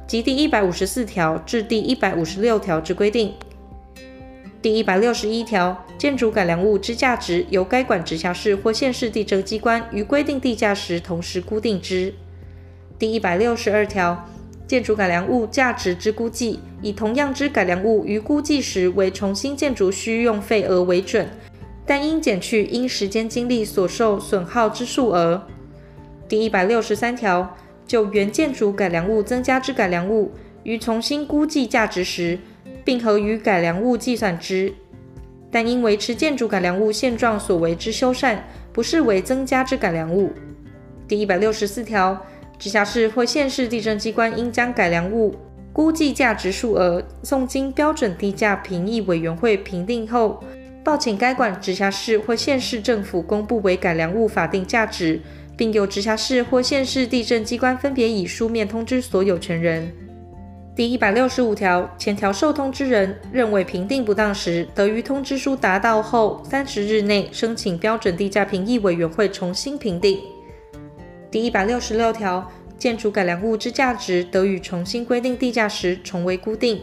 及第154条至第156条之规定。第161条，建筑改良物之价值由该管直辖市或县市地政机关于规定地价时同时估定之。第162条，建筑改良物价值之估计，以同样之改良物于估计时为重新建筑需用费额为准，但应减去因时间精力所受损耗之数额。第163条，就原建筑改良物增加之改良物，于重新估计价值时，并合于改良物计算之，但因维持建筑改良物现状所为之修缮，不视为增加之改良物。第164条，直辖市或县市地政机关应将改良物估计价值数额送经标准地价评议委员会评定后，报请该管直辖市或县市政府公布为改良物法定价值，并由直辖市或县市地政机关分别以书面通知所有权人。第165条，前条受通知人认为评定不当时，得于通知书达到后30日内申请标准地价评议委员会重新评定。第166条，建筑改良物之价值得于重新规定地价时重为固定。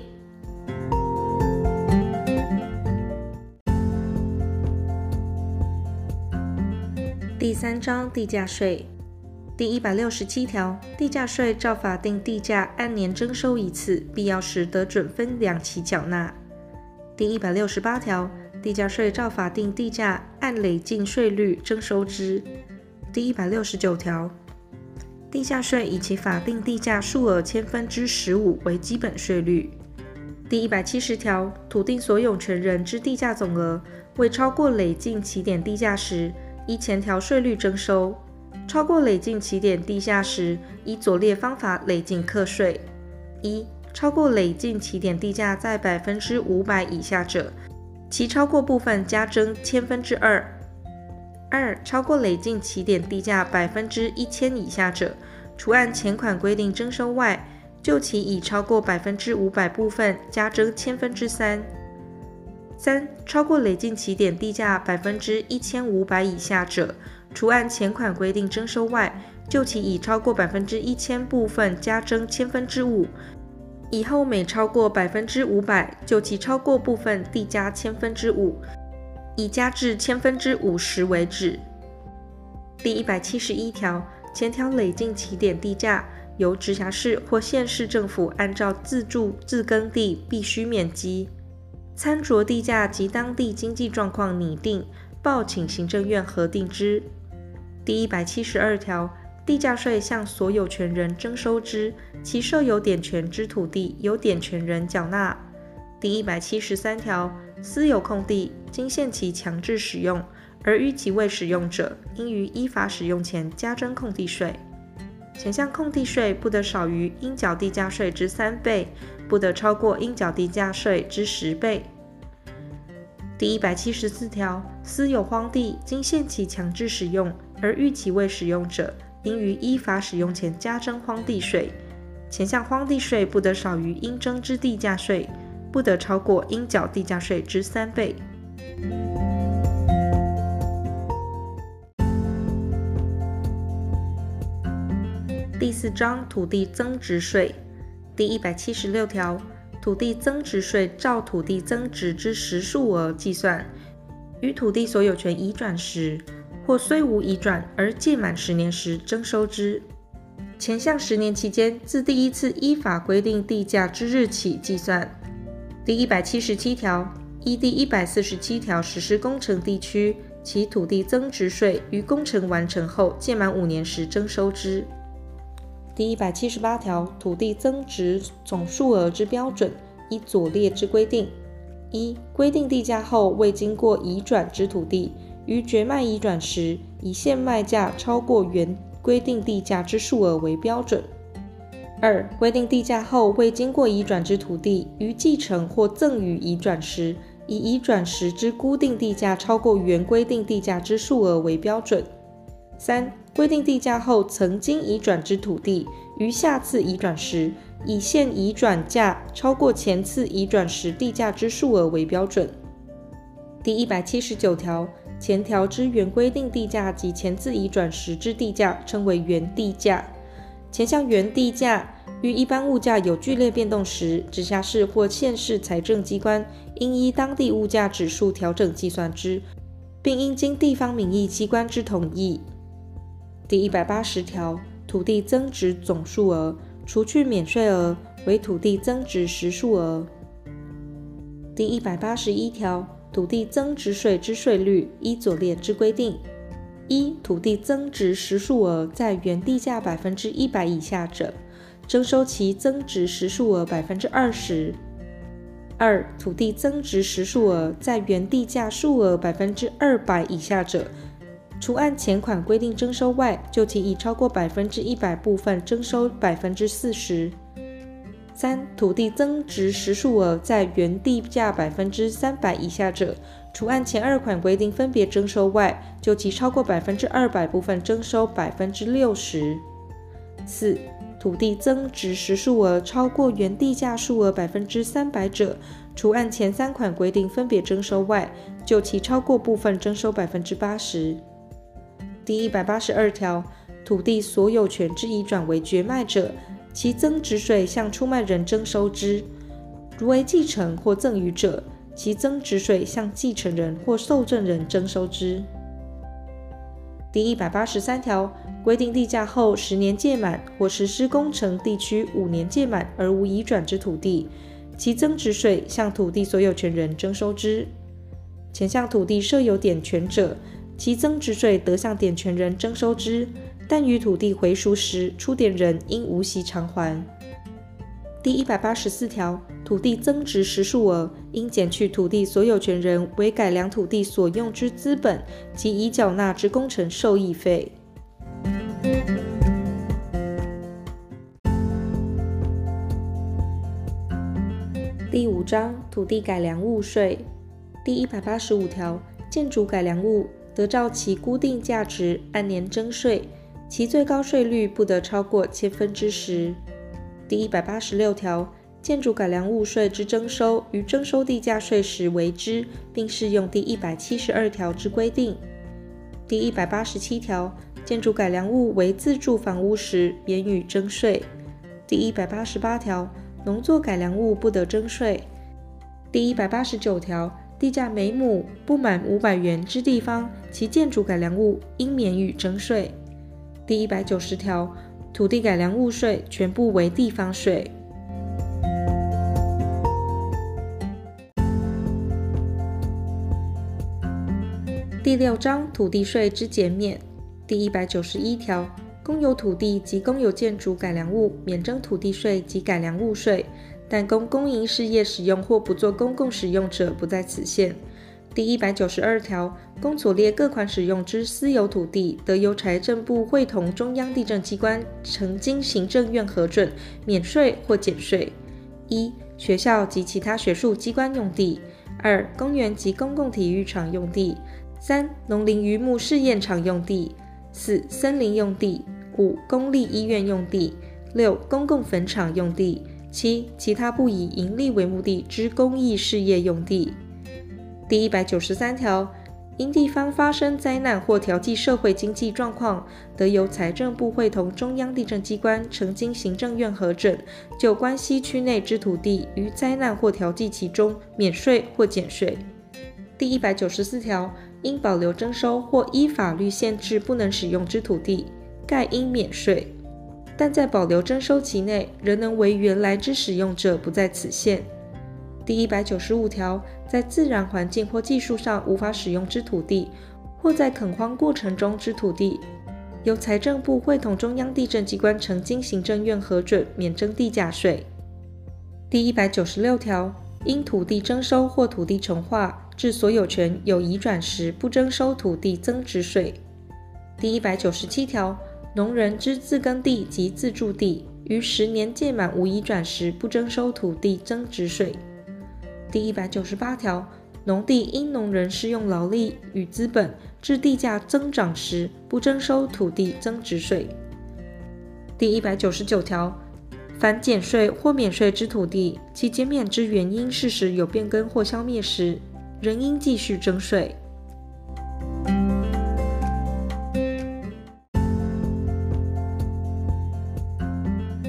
第3章地价税。第167条，地价税照法定地价按年征收一次，必要时得准分2期缴纳。第168条，地价税照法定地价按累进税率征收之。第169条，地价税以其法定地价数额15%为基本税率。第170条，土地所有权人之地价总额未超过累进起点地价时，依前条税率征收；超过累进起点地价时，依左列方法累进课税：一、超过累进起点地价在500%以下者，其超过部分加征2/1000；二、超过累进起点地价1000%以下者，除按前款规定征收外，就其已超过500%部分加征3/1000；三、超过累进起点地价1500%以下者，除按前款规定征收外，就其已超过1000%部分加征5/1000；以后每超过500%，就其超过部分递加5/1000，以加至50%为止。第171条，前条累进起点地价，由直辖市或县市政府按照自住自耕地必须面积、参酌地价及当地经济状况拟定，报请行政院核定之。第172条，地价税向所有权人征收之，其设有典权之土地，由典权人缴纳。第173条，私有空地经限期强制使用，而逾期未使用者，应于依法使用前加征空地税。前项空地税不得少于应缴地价税之3倍，不得超过应缴地价税之10倍。第174条，私有荒地经限期强制使用，而逾期未使用者，应于依法使用前加征荒地税。前项荒地税不得少于应征之地价税，不得超过应缴地价税之3倍。第4章土地增值税。第176条，土地增值税照土地增值之时数额计算，于土地所有权移转时，或虽无移转而届满10年时征收之。前项10年期间，自第一次依法规定地价之日起计算。第177条，依第147条实施工程地区，其土地增值税于工程完成后届满5年时征收之。第178条，土地增值总数额之标准，依左列之规定：一、规定地价后未经过移转之土地，于绝卖移转时，以现卖价超过原规定地价之数额为标准；二、规定地价后未经过移转之土地，于继承或赠与移转时，以移转时之固定地价超过原规定地价之数额为标准；三、规定地价后曾经移转之土地，于下次移转时，以现移转价超过前次移转时地价之数额为标准。第179条，前条之原规定地价及前次移转时之地价称为原地价。前项原地价于一般物价有剧烈变动时，直辖市或县市财政机关应依当地物价指数调整计算之，并应经地方民意机关之同意。第180条，土地增值总数额除去免税额为土地增值实数额。第181条，土地增值税之税率依左列之规定：一、土地增值实数额在原地价100%以下者，征收其增值实数额20%；二、土地增值实数额在原地价数额200%以下者，除按前款规定征收外，就其已超过100%部分征收40%；三、土地增值实数额在原地价300%以下者，除按前2款规定分别征收外，就其超过200%部分征收60%。四、土地增值实数额超过原地价数额300%者，除按前3款规定分别征收外，就其超过部分征收80%。第182条，土地所有权之移转为绝卖者，其增值税向出卖人征收之；如为继承或赠与者，其增值税向继承人或受赠人征收之。第183条，规定地价后10年届满或实施工程地区5年届满而无移转之土地，其增值税向土地所有权人征收之。前项土地设有典权者，其增值税得向典权人征收之，但于土地回赎时，出典人应无息偿还。第184条，土地增值实数额应减去土地所有权人为改良土地所用之资本及已缴纳之工程受益费。第5章土地改良物税。第185条，建筑改良物得照其固定价值按年征税，其最高税率不得超过1000%。第186条，建筑改良物税之征收，于征收地价税时为之，并适用第172条之规定。第187条，建筑改良物为自住房屋时，免予征税。第188条，农作改良物不得征税。第189条，地价每亩不满500元之地方，其建筑改良物应免予征税。第190条，土地改良物税全部为地方税。第6章土地税之减免。第191条，公有土地及公有建筑改良物免征土地税及改良物税，但供公营事业使用或不作公共使用者不在此限。第192条，供所列各款使用之私有土地，得由财政部会同中央地政机关呈经行政院核准，免税或减税。一、学校及其他学术机关用地；二、公园及公共体育场用地；三、农林渔牧试验场用地；四、森林用地；五、公立医院用地；六、公共坟场用地；七、其他不以营利为目的之公益事业用地。第193条，因地方发生灾难或调剂社会经济状况，得由财政部会同中央地政机关呈经行政院核准，就关西区内之土地于灾难或调剂其中免税或减税。第194条，因保留征收或依法律限制不能使用之土地，盖应免税，但在保留征收期内仍能为原来之使用者不在此限。第195条，在自然环境或技术上无法使用之土地，或在垦荒过程中之土地，由财政部会同中央地政机关呈经行政院核准，免征地价税。第196条，因土地征收或土地重划致所有权有移转时，不征收土地增值税。第197条，农人之自耕地及自住地，于10年届满无移转时，不征收土地增值税。第198条，农地因农人施用劳力与资本致地价增长时，不征收土地增值税。第199条，凡减税或免税之土地，其减免之原因事实有变更或消灭时，仍应继续征税。第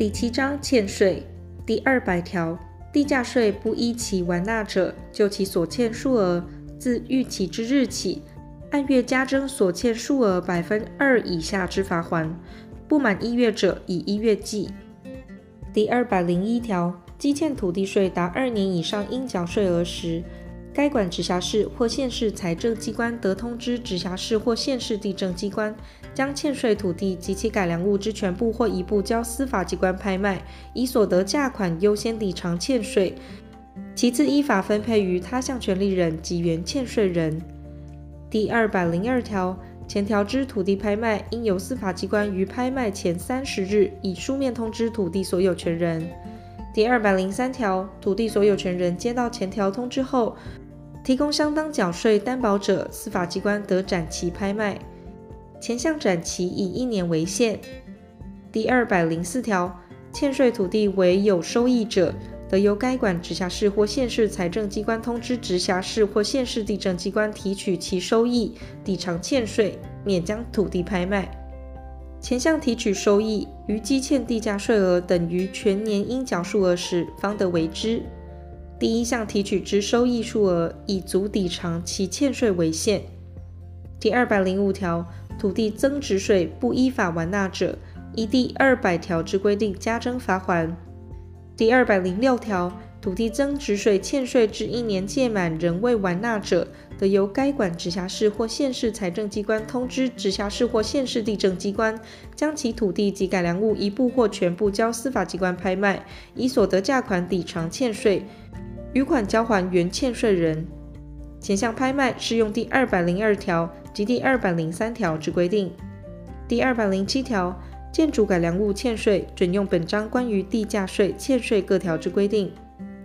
第7章欠税第200条，地价税不依期完纳者，就其所欠数额，自逾期之日起，按月加征所欠数额2%以下之罚锾，不满1月者，以1月计。第201条，积欠土地税达2年以上应缴税额时，该管直辖市或县市财政机关得通知直辖市或县市地政机关，将欠税土地及其改良物之全部或一部交司法机关拍卖，以所得价款优先抵偿欠税，其次依法分配于他项权利人及原欠税人。第202条，前条之土地拍卖，应由司法机关于拍卖前30日以书面通知土地所有权人。第203条，土地所有权人接到前条通知后，提供相当缴税担保者，司法机关得展期拍卖，前项展期以1年为限。第204条，欠税土地为有收益者，得由该管直辖市或县市财政机关通知直辖市或县市地政机关提取其收益，抵偿欠税，免将土地拍卖。前项提取收益于积欠地价税额等于全年应缴数额时，方得为之。第1项提取之收益数额以足抵偿其欠税为限。第205条，土地增值税不依法完纳者，依第200条之规定加征罚锾。第206条，土地增值税欠税至1年届满仍未完纳者，得由该管直辖市或县市财政机关通知直辖市或县市地政机关，将其土地及改良物一部或全部交司法机关拍卖，以所得价款抵偿欠税，余款交还原欠税人。前项拍卖适用第202条及第203条之规定。第207条，建筑改良物欠税，准用本章关于地价税欠税各条之规定。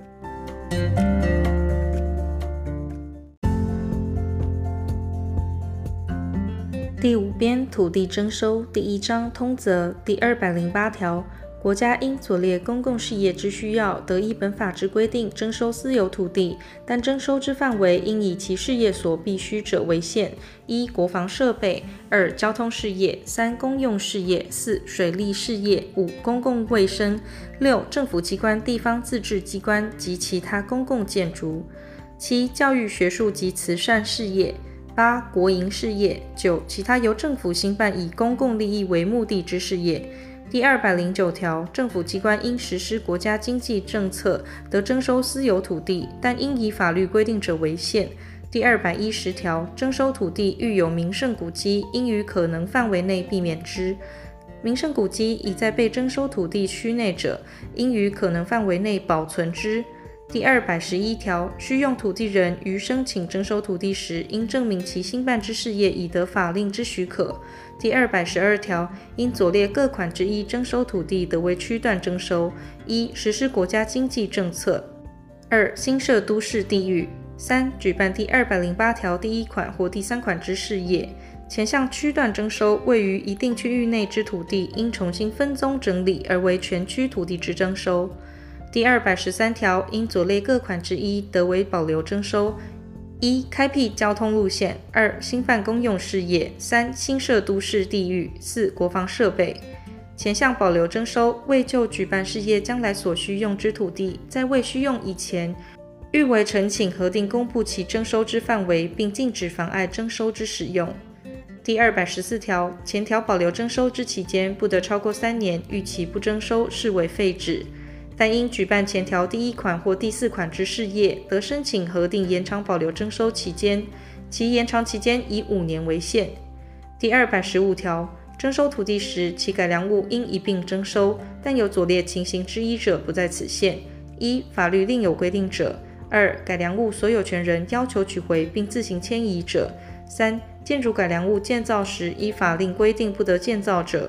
第5编土地征收第1章通则第208条，国家因所列公共事业之需要，得依本法之规定征收私有土地，但征收之范围应以其事业所必须者为限。1、国防设备； 2、交通事业； 3、公用事业； 4、水利事业； 5、公共卫生； 6、政府机关、地方自治机关及其他公共建筑； 7、教育学术及慈善事业； 8、国营事业； 9、其他由政府兴办以公共利益为目的之事业。第209条，政府机关因实施国家经济政策，得征收私有土地，但应以法律规定者为限。第210条，征收土地遇有名胜古迹，应于可能范围内避免之。名胜古迹已在被征收土地区内者，应于可能范围内保存之。第211条，需用土地人于申请征收土地时，应证明其兴办之事业已得法令之许可。第212条，因左列各款之一征收土地，得为区段征收： 1、实施国家经济政策； 2、新设都市地域； 3、举办第208条第1款或第3款之事业。前项区段征收位于一定区域内之土地，应重新分宗整理而为全区土地之征收。第213条，因左列各款之一，得为保留征收： 1、开辟交通路线； 2、兴办公用事业； 3、新设都市地域； 4、国防设备。前项保留征收，为就举办事业将来所需用之土地，在未需用以前，欲为呈请核定公布其征收之范围，并禁止妨碍征收之使用。第214条，前条保留征收之期间，不得超过3年，逾期不征收，视为废止。但因举办前条第1款或第4款之事业，得申请核定延长保留征收期间，其延长期间以5年为限。第215条，征收土地时，其改良物应一并征收，但有左列情形之一者，不在此限： 1、法律另有规定者； 2、改良物所有权人要求取回并自行迁移者； 3、建筑改良物建造时依法令规定不得建造者；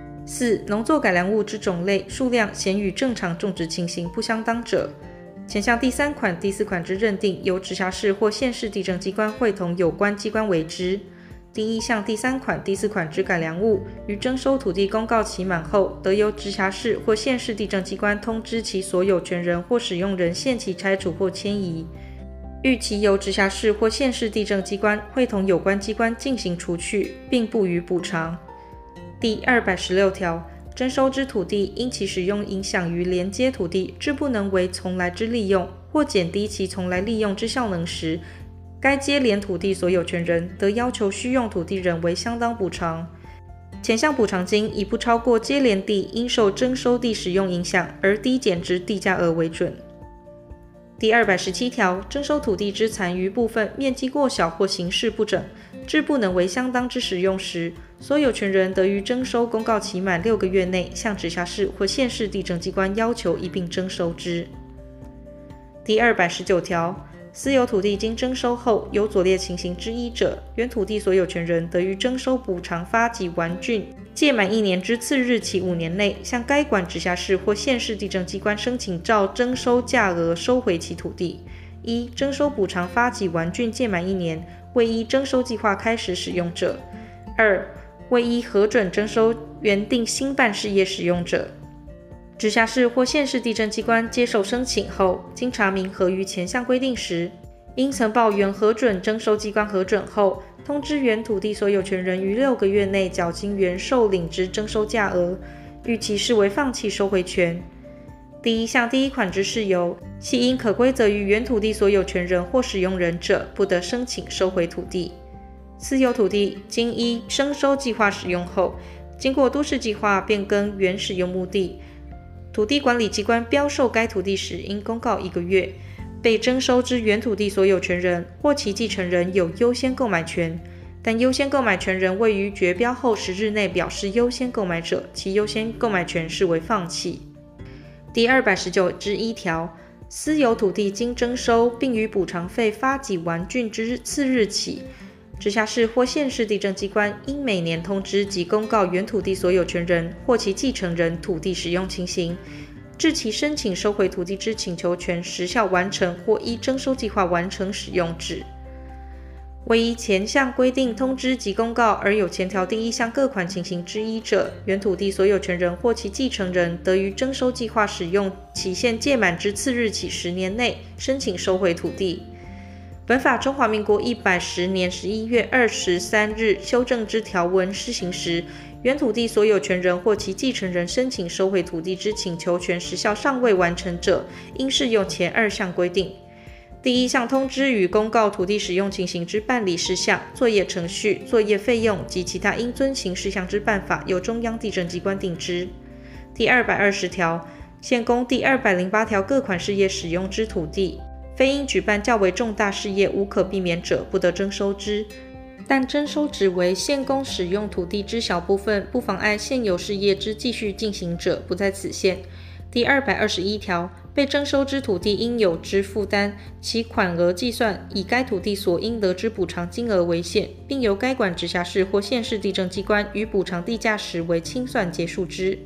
4、农作改良物之种类、数量显与正常种植情形不相当者。前项第3款、第4款之认定，由直辖市或县市地政机关会同有关机关为之。第1项第3款、第4款之改良物，于征收土地公告期满后，得由直辖市或县市地政机关通知其所有权人或使用人限期拆除或迁移。逾期由直辖市或县市地政机关会同有关机关进行除去，并不予补偿。第216条， 征收之土地因其使用影响于连接土地，致不能为从来之利用，或减低其从来利用之效能时，该接连土地所有权人得要求需用土地人为相当补偿。前项补偿金以不超过接连地因受征收地使用影响而低减之地价额为准。第217条，征收土地之残余部分面积过小或形式不整，致不能为相当之使用时，所有权人得于征收公告期满6个月内，向直辖市或县市地政机关要求一并征收之。第219条，私有土地经征收后有左列情形之一者，原土地所有权人得于征收补偿发给完竣届满1年之次日起5年内，向该管直辖市或县市地政机关申请照征收价额收回其土地。1. 征收补偿发给完竣届满1年，未依征收计划开始使用者。2. 未依核准征收原定新办事业使用者。直辖市或县市地政机关接受申请后，经查明合于前项规定时，应曾报原核准征收机关核准后，通知原土地所有权人于6个月内缴清原受领之征收价额，逾期视为放弃收回权。第1项第1款之事由，系因可归责于原土地所有权人或使用人者，不得申请收回土地。私有土地经依征收计划使用后，经过都市计划变更原使用目的，土地管理机关标售该土地时，应公告1个月。被征收之原土地所有权人或其继承人有优先购买权，但优先购买权人未于决标后10日内表示优先购买者，其优先购买权视为放弃。第219之1条，私有土地经征收并于补偿费发给完竣之次日起，直辖市或县市地政机关应每年通知及公告原土地所有权人或其继承人土地使用情形，至其申请收回土地之请求权时效完成或依征收计划完成使用止。未依前项规定通知及公告而有前条第1项各款情形之一者，原土地所有权人或其继承人得于征收计划使用期限届满之次日起10年内申请收回土地。本法中华民国110年11月23日修正之条文施行时，原土地所有权人或其继承人申请收回土地之请求权时效尚未完成者，应适用前2项规定。第1项通知与公告土地使用情形之办理事项、作业程序、作业费用及其他应遵行事项之办法，由中央地政机关定之。第220条，现公第208条各款事业使用之土地，非因举办较为重大事业无可避免者，不得征收之。但征收只为现公使用土地之小部分，不妨碍现有事业之继续进行者，不在此限。第221条，被征收之土地应有之负担，其款额计算以该土地所应得之补偿金额为限，并由该管直辖市或县市地政机关于补偿地价时为清算结束之。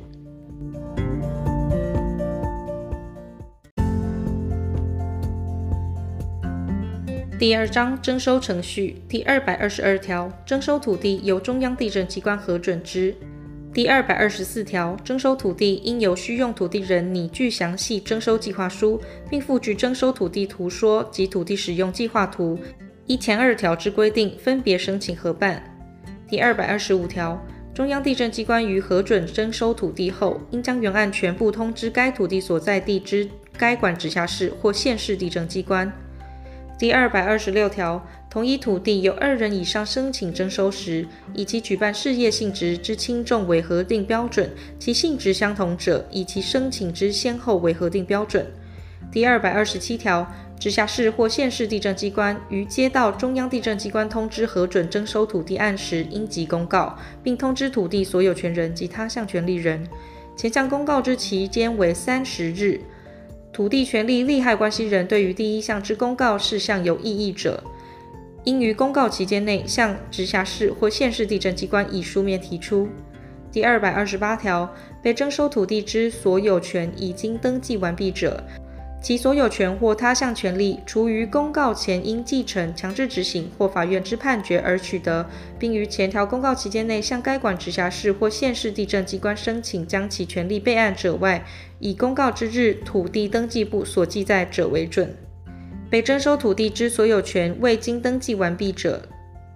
第2章征收程序第222条，征收土地由中央地政机关核准之。第224条，征收土地应由需用土地人拟具详细征收计划书，并附具征收土地图说及土地使用计划图，依前2条之规定分别申请核办。第225条，中央地政机关于核准征收土地后，应将原案全部通知该土地所在地之该管直辖市或县市地政机关。第226条，同一土地有2人以上申请征收时，以其举办事业性质之轻重为核定标准，其性质相同者，以其申请之先后为核定标准。第227条，直辖市或县市地政机关于接到中央地政机关通知核准征收土地案时，应即公告，并通知土地所有权人及他项权利人。前项公告之期间为30日。土地权利利害关系人对于第1项之公告事项有异议者，应于公告期间内向直辖市或县市地政机关以书面提出。第228条，被征收土地之所有权已经登记完毕者，其所有权或他项权利，除于公告前因继承、强制执行或法院之判决而取得，并于前条公告期间内向该管直辖市或县市地政机关申请将其权利备案者外，以公告之日土地登记簿所记载者为准。被征收土地之所有权未经登记完毕者，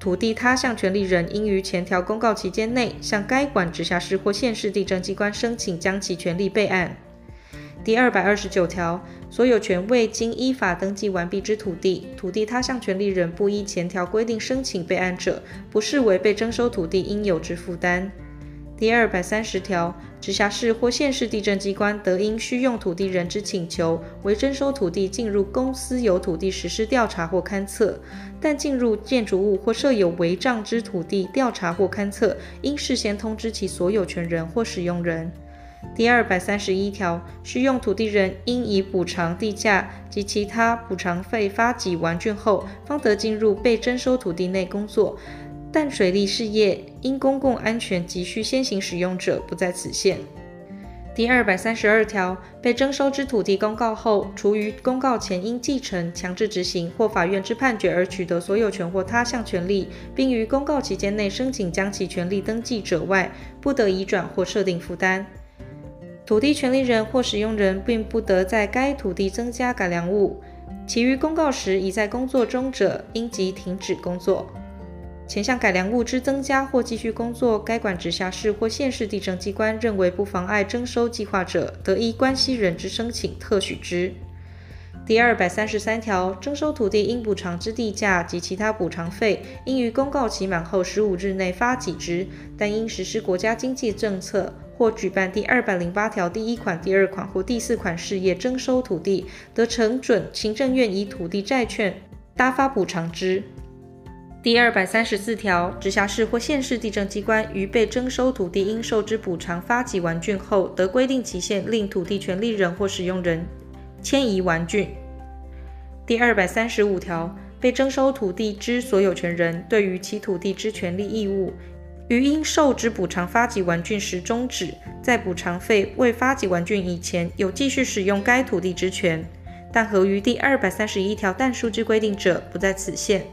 土地他项权利人应于前条公告期间内，向该管直辖市或县市地政机关申请将其权利备案。第229条，所有权未经依法登记完毕之土地，土地他项权利人不依前条规定申请备案者，不视为被征收土地应有之负担。第230条，直辖市或县市地政机关得因需用土地人之请求，为征收土地进入公私有土地实施调查或勘测，但进入建筑物或设有违障之土地调查或勘测，应事先通知其所有权人或使用人。第231条，需用土地人应以补偿地价及其他补偿费发给完竣后，方得进入被征收土地内工作，但水利事业因公共安全急需先行使用者，不在此限。第232条，被征收之土地公告后，除于公告前因继承、强制执行或法院之判决而取得所有权或他项权利，并于公告期间内申请将其权利登记者外，不得移转或设定负担。土地权利人或使用人并不得在该土地增加改良物，其于公告时已在工作中者，应即停止工作。前项改良物之增加或继续工作，该管直辖市或县市地政机关认为不妨碍征收计划者，得依关系人之申请特许之。第233条，征收土地应补偿之地价及其他补偿费，应于公告期满后15日内发给之，但因实施国家经济政策或举办第208条第1款、第2款或第4款事业征收土地，得呈准行政院以土地债券搭发补偿之。第234条，直辖市或县市地政机关于被征收土地应受之补偿发给完竣后，得规定期限令土地权利人或使用人迁移完竣。第235条，被征收土地之所有权人对于其土地之权利义务，于应受之补偿发给完竣时终止，在补偿费未发给完竣以前，有继续使用该土地之权，但合于第231条但书之规定者，不在此限。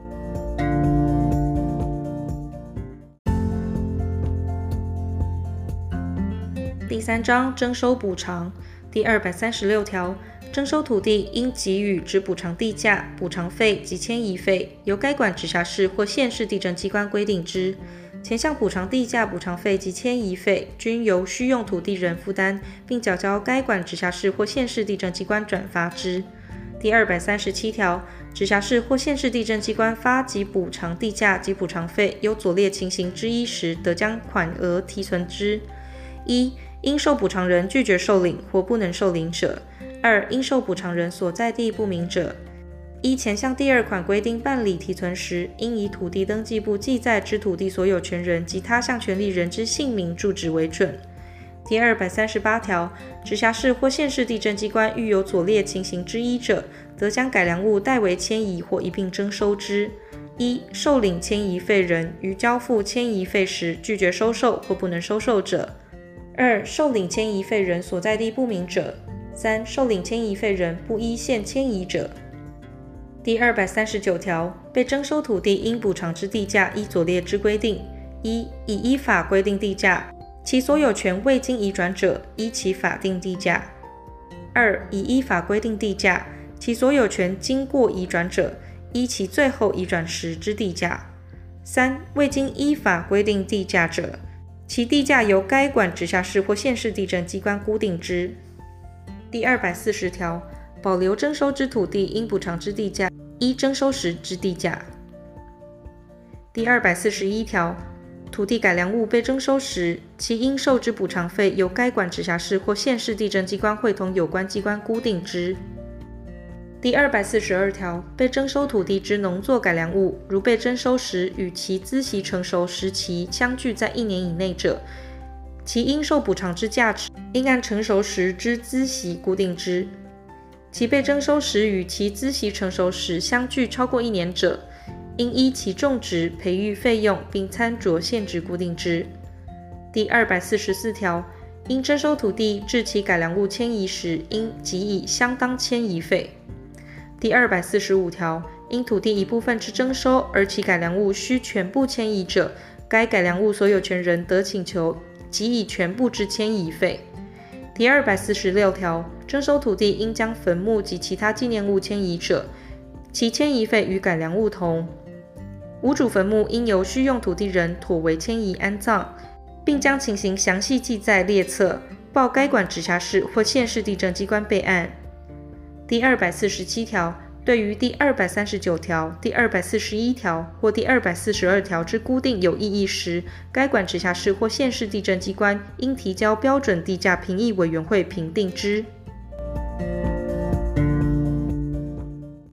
第3章征收补偿。第236条，征收土地应给予之补偿地价、补偿费及迁移费，由该管直辖市或县市地政机关规定之。前项补偿地价、补偿费及迁移费，均由需用土地人负担，并缴交该管直辖市或县市地政机关转发之。第237条，直辖市或县市地政机关发给补偿地价及补偿费有左列情形之一时，得将款额提存之：一、应受补偿人拒绝受领或不能受领者；二、应受补偿人所在地不明者。依前项第2款规定办理提存时，应以土地登记簿记载之土地所有权人及他项权利人之姓名、住址为准。第238条，直辖市或县市地政机关遇有左列情形之一者，得将改良物代为迁移或一并征收之：一、受领迁移费人于交付迁移费时拒绝收受或不能收受者；二、受领迁移费人所在地不明者；三、受领迁移费人不依县迁移者。第239条，被征收土地应补偿之地价依左列之规定：一、已依法规定地价，其所有权未经移转者，依其法定地价；二、已依法规定地价，其所有权经过移转者，依其最后移转时之地价；三、未经依法规定地价者，其地价由该管直辖市或县市地政机关估定之。第240条，保留征收之土地应补偿之地价，依征收时之地价。第241条，土地改良物被征收时，其应受之补偿费由该管直辖市或县市地政机关会同有关机关估定之。第242条，被征收土地之农作改良物，如被征收时与其孳息成熟时期相距在1年以内者，其应受补偿之价值，应按成熟时之孳息估定之。其被征收时与其孳息成熟时相距超过1年者，应依其种植、培育费用，并参酌现值估定之。第244条，因征收土地至其改良物迁移时，应给以相当迁移费。第245条，因土地一部分之征收而其改良物需全部迁移者，该改良物所有权人得请求给以全部之迁移费。第246条，征收土地应将坟墓及其他纪念物迁移者，其迁移费与改良物同。 无主坟墓应由需用土地人妥为迁移安葬，并将情形详细记在列册，报该管直辖市或县市地政机关备案。第247条，对于第239条、第241条或第242条之估定有异议时，该管直辖市或县市地政机关应提交标准地价评议委员会评定之。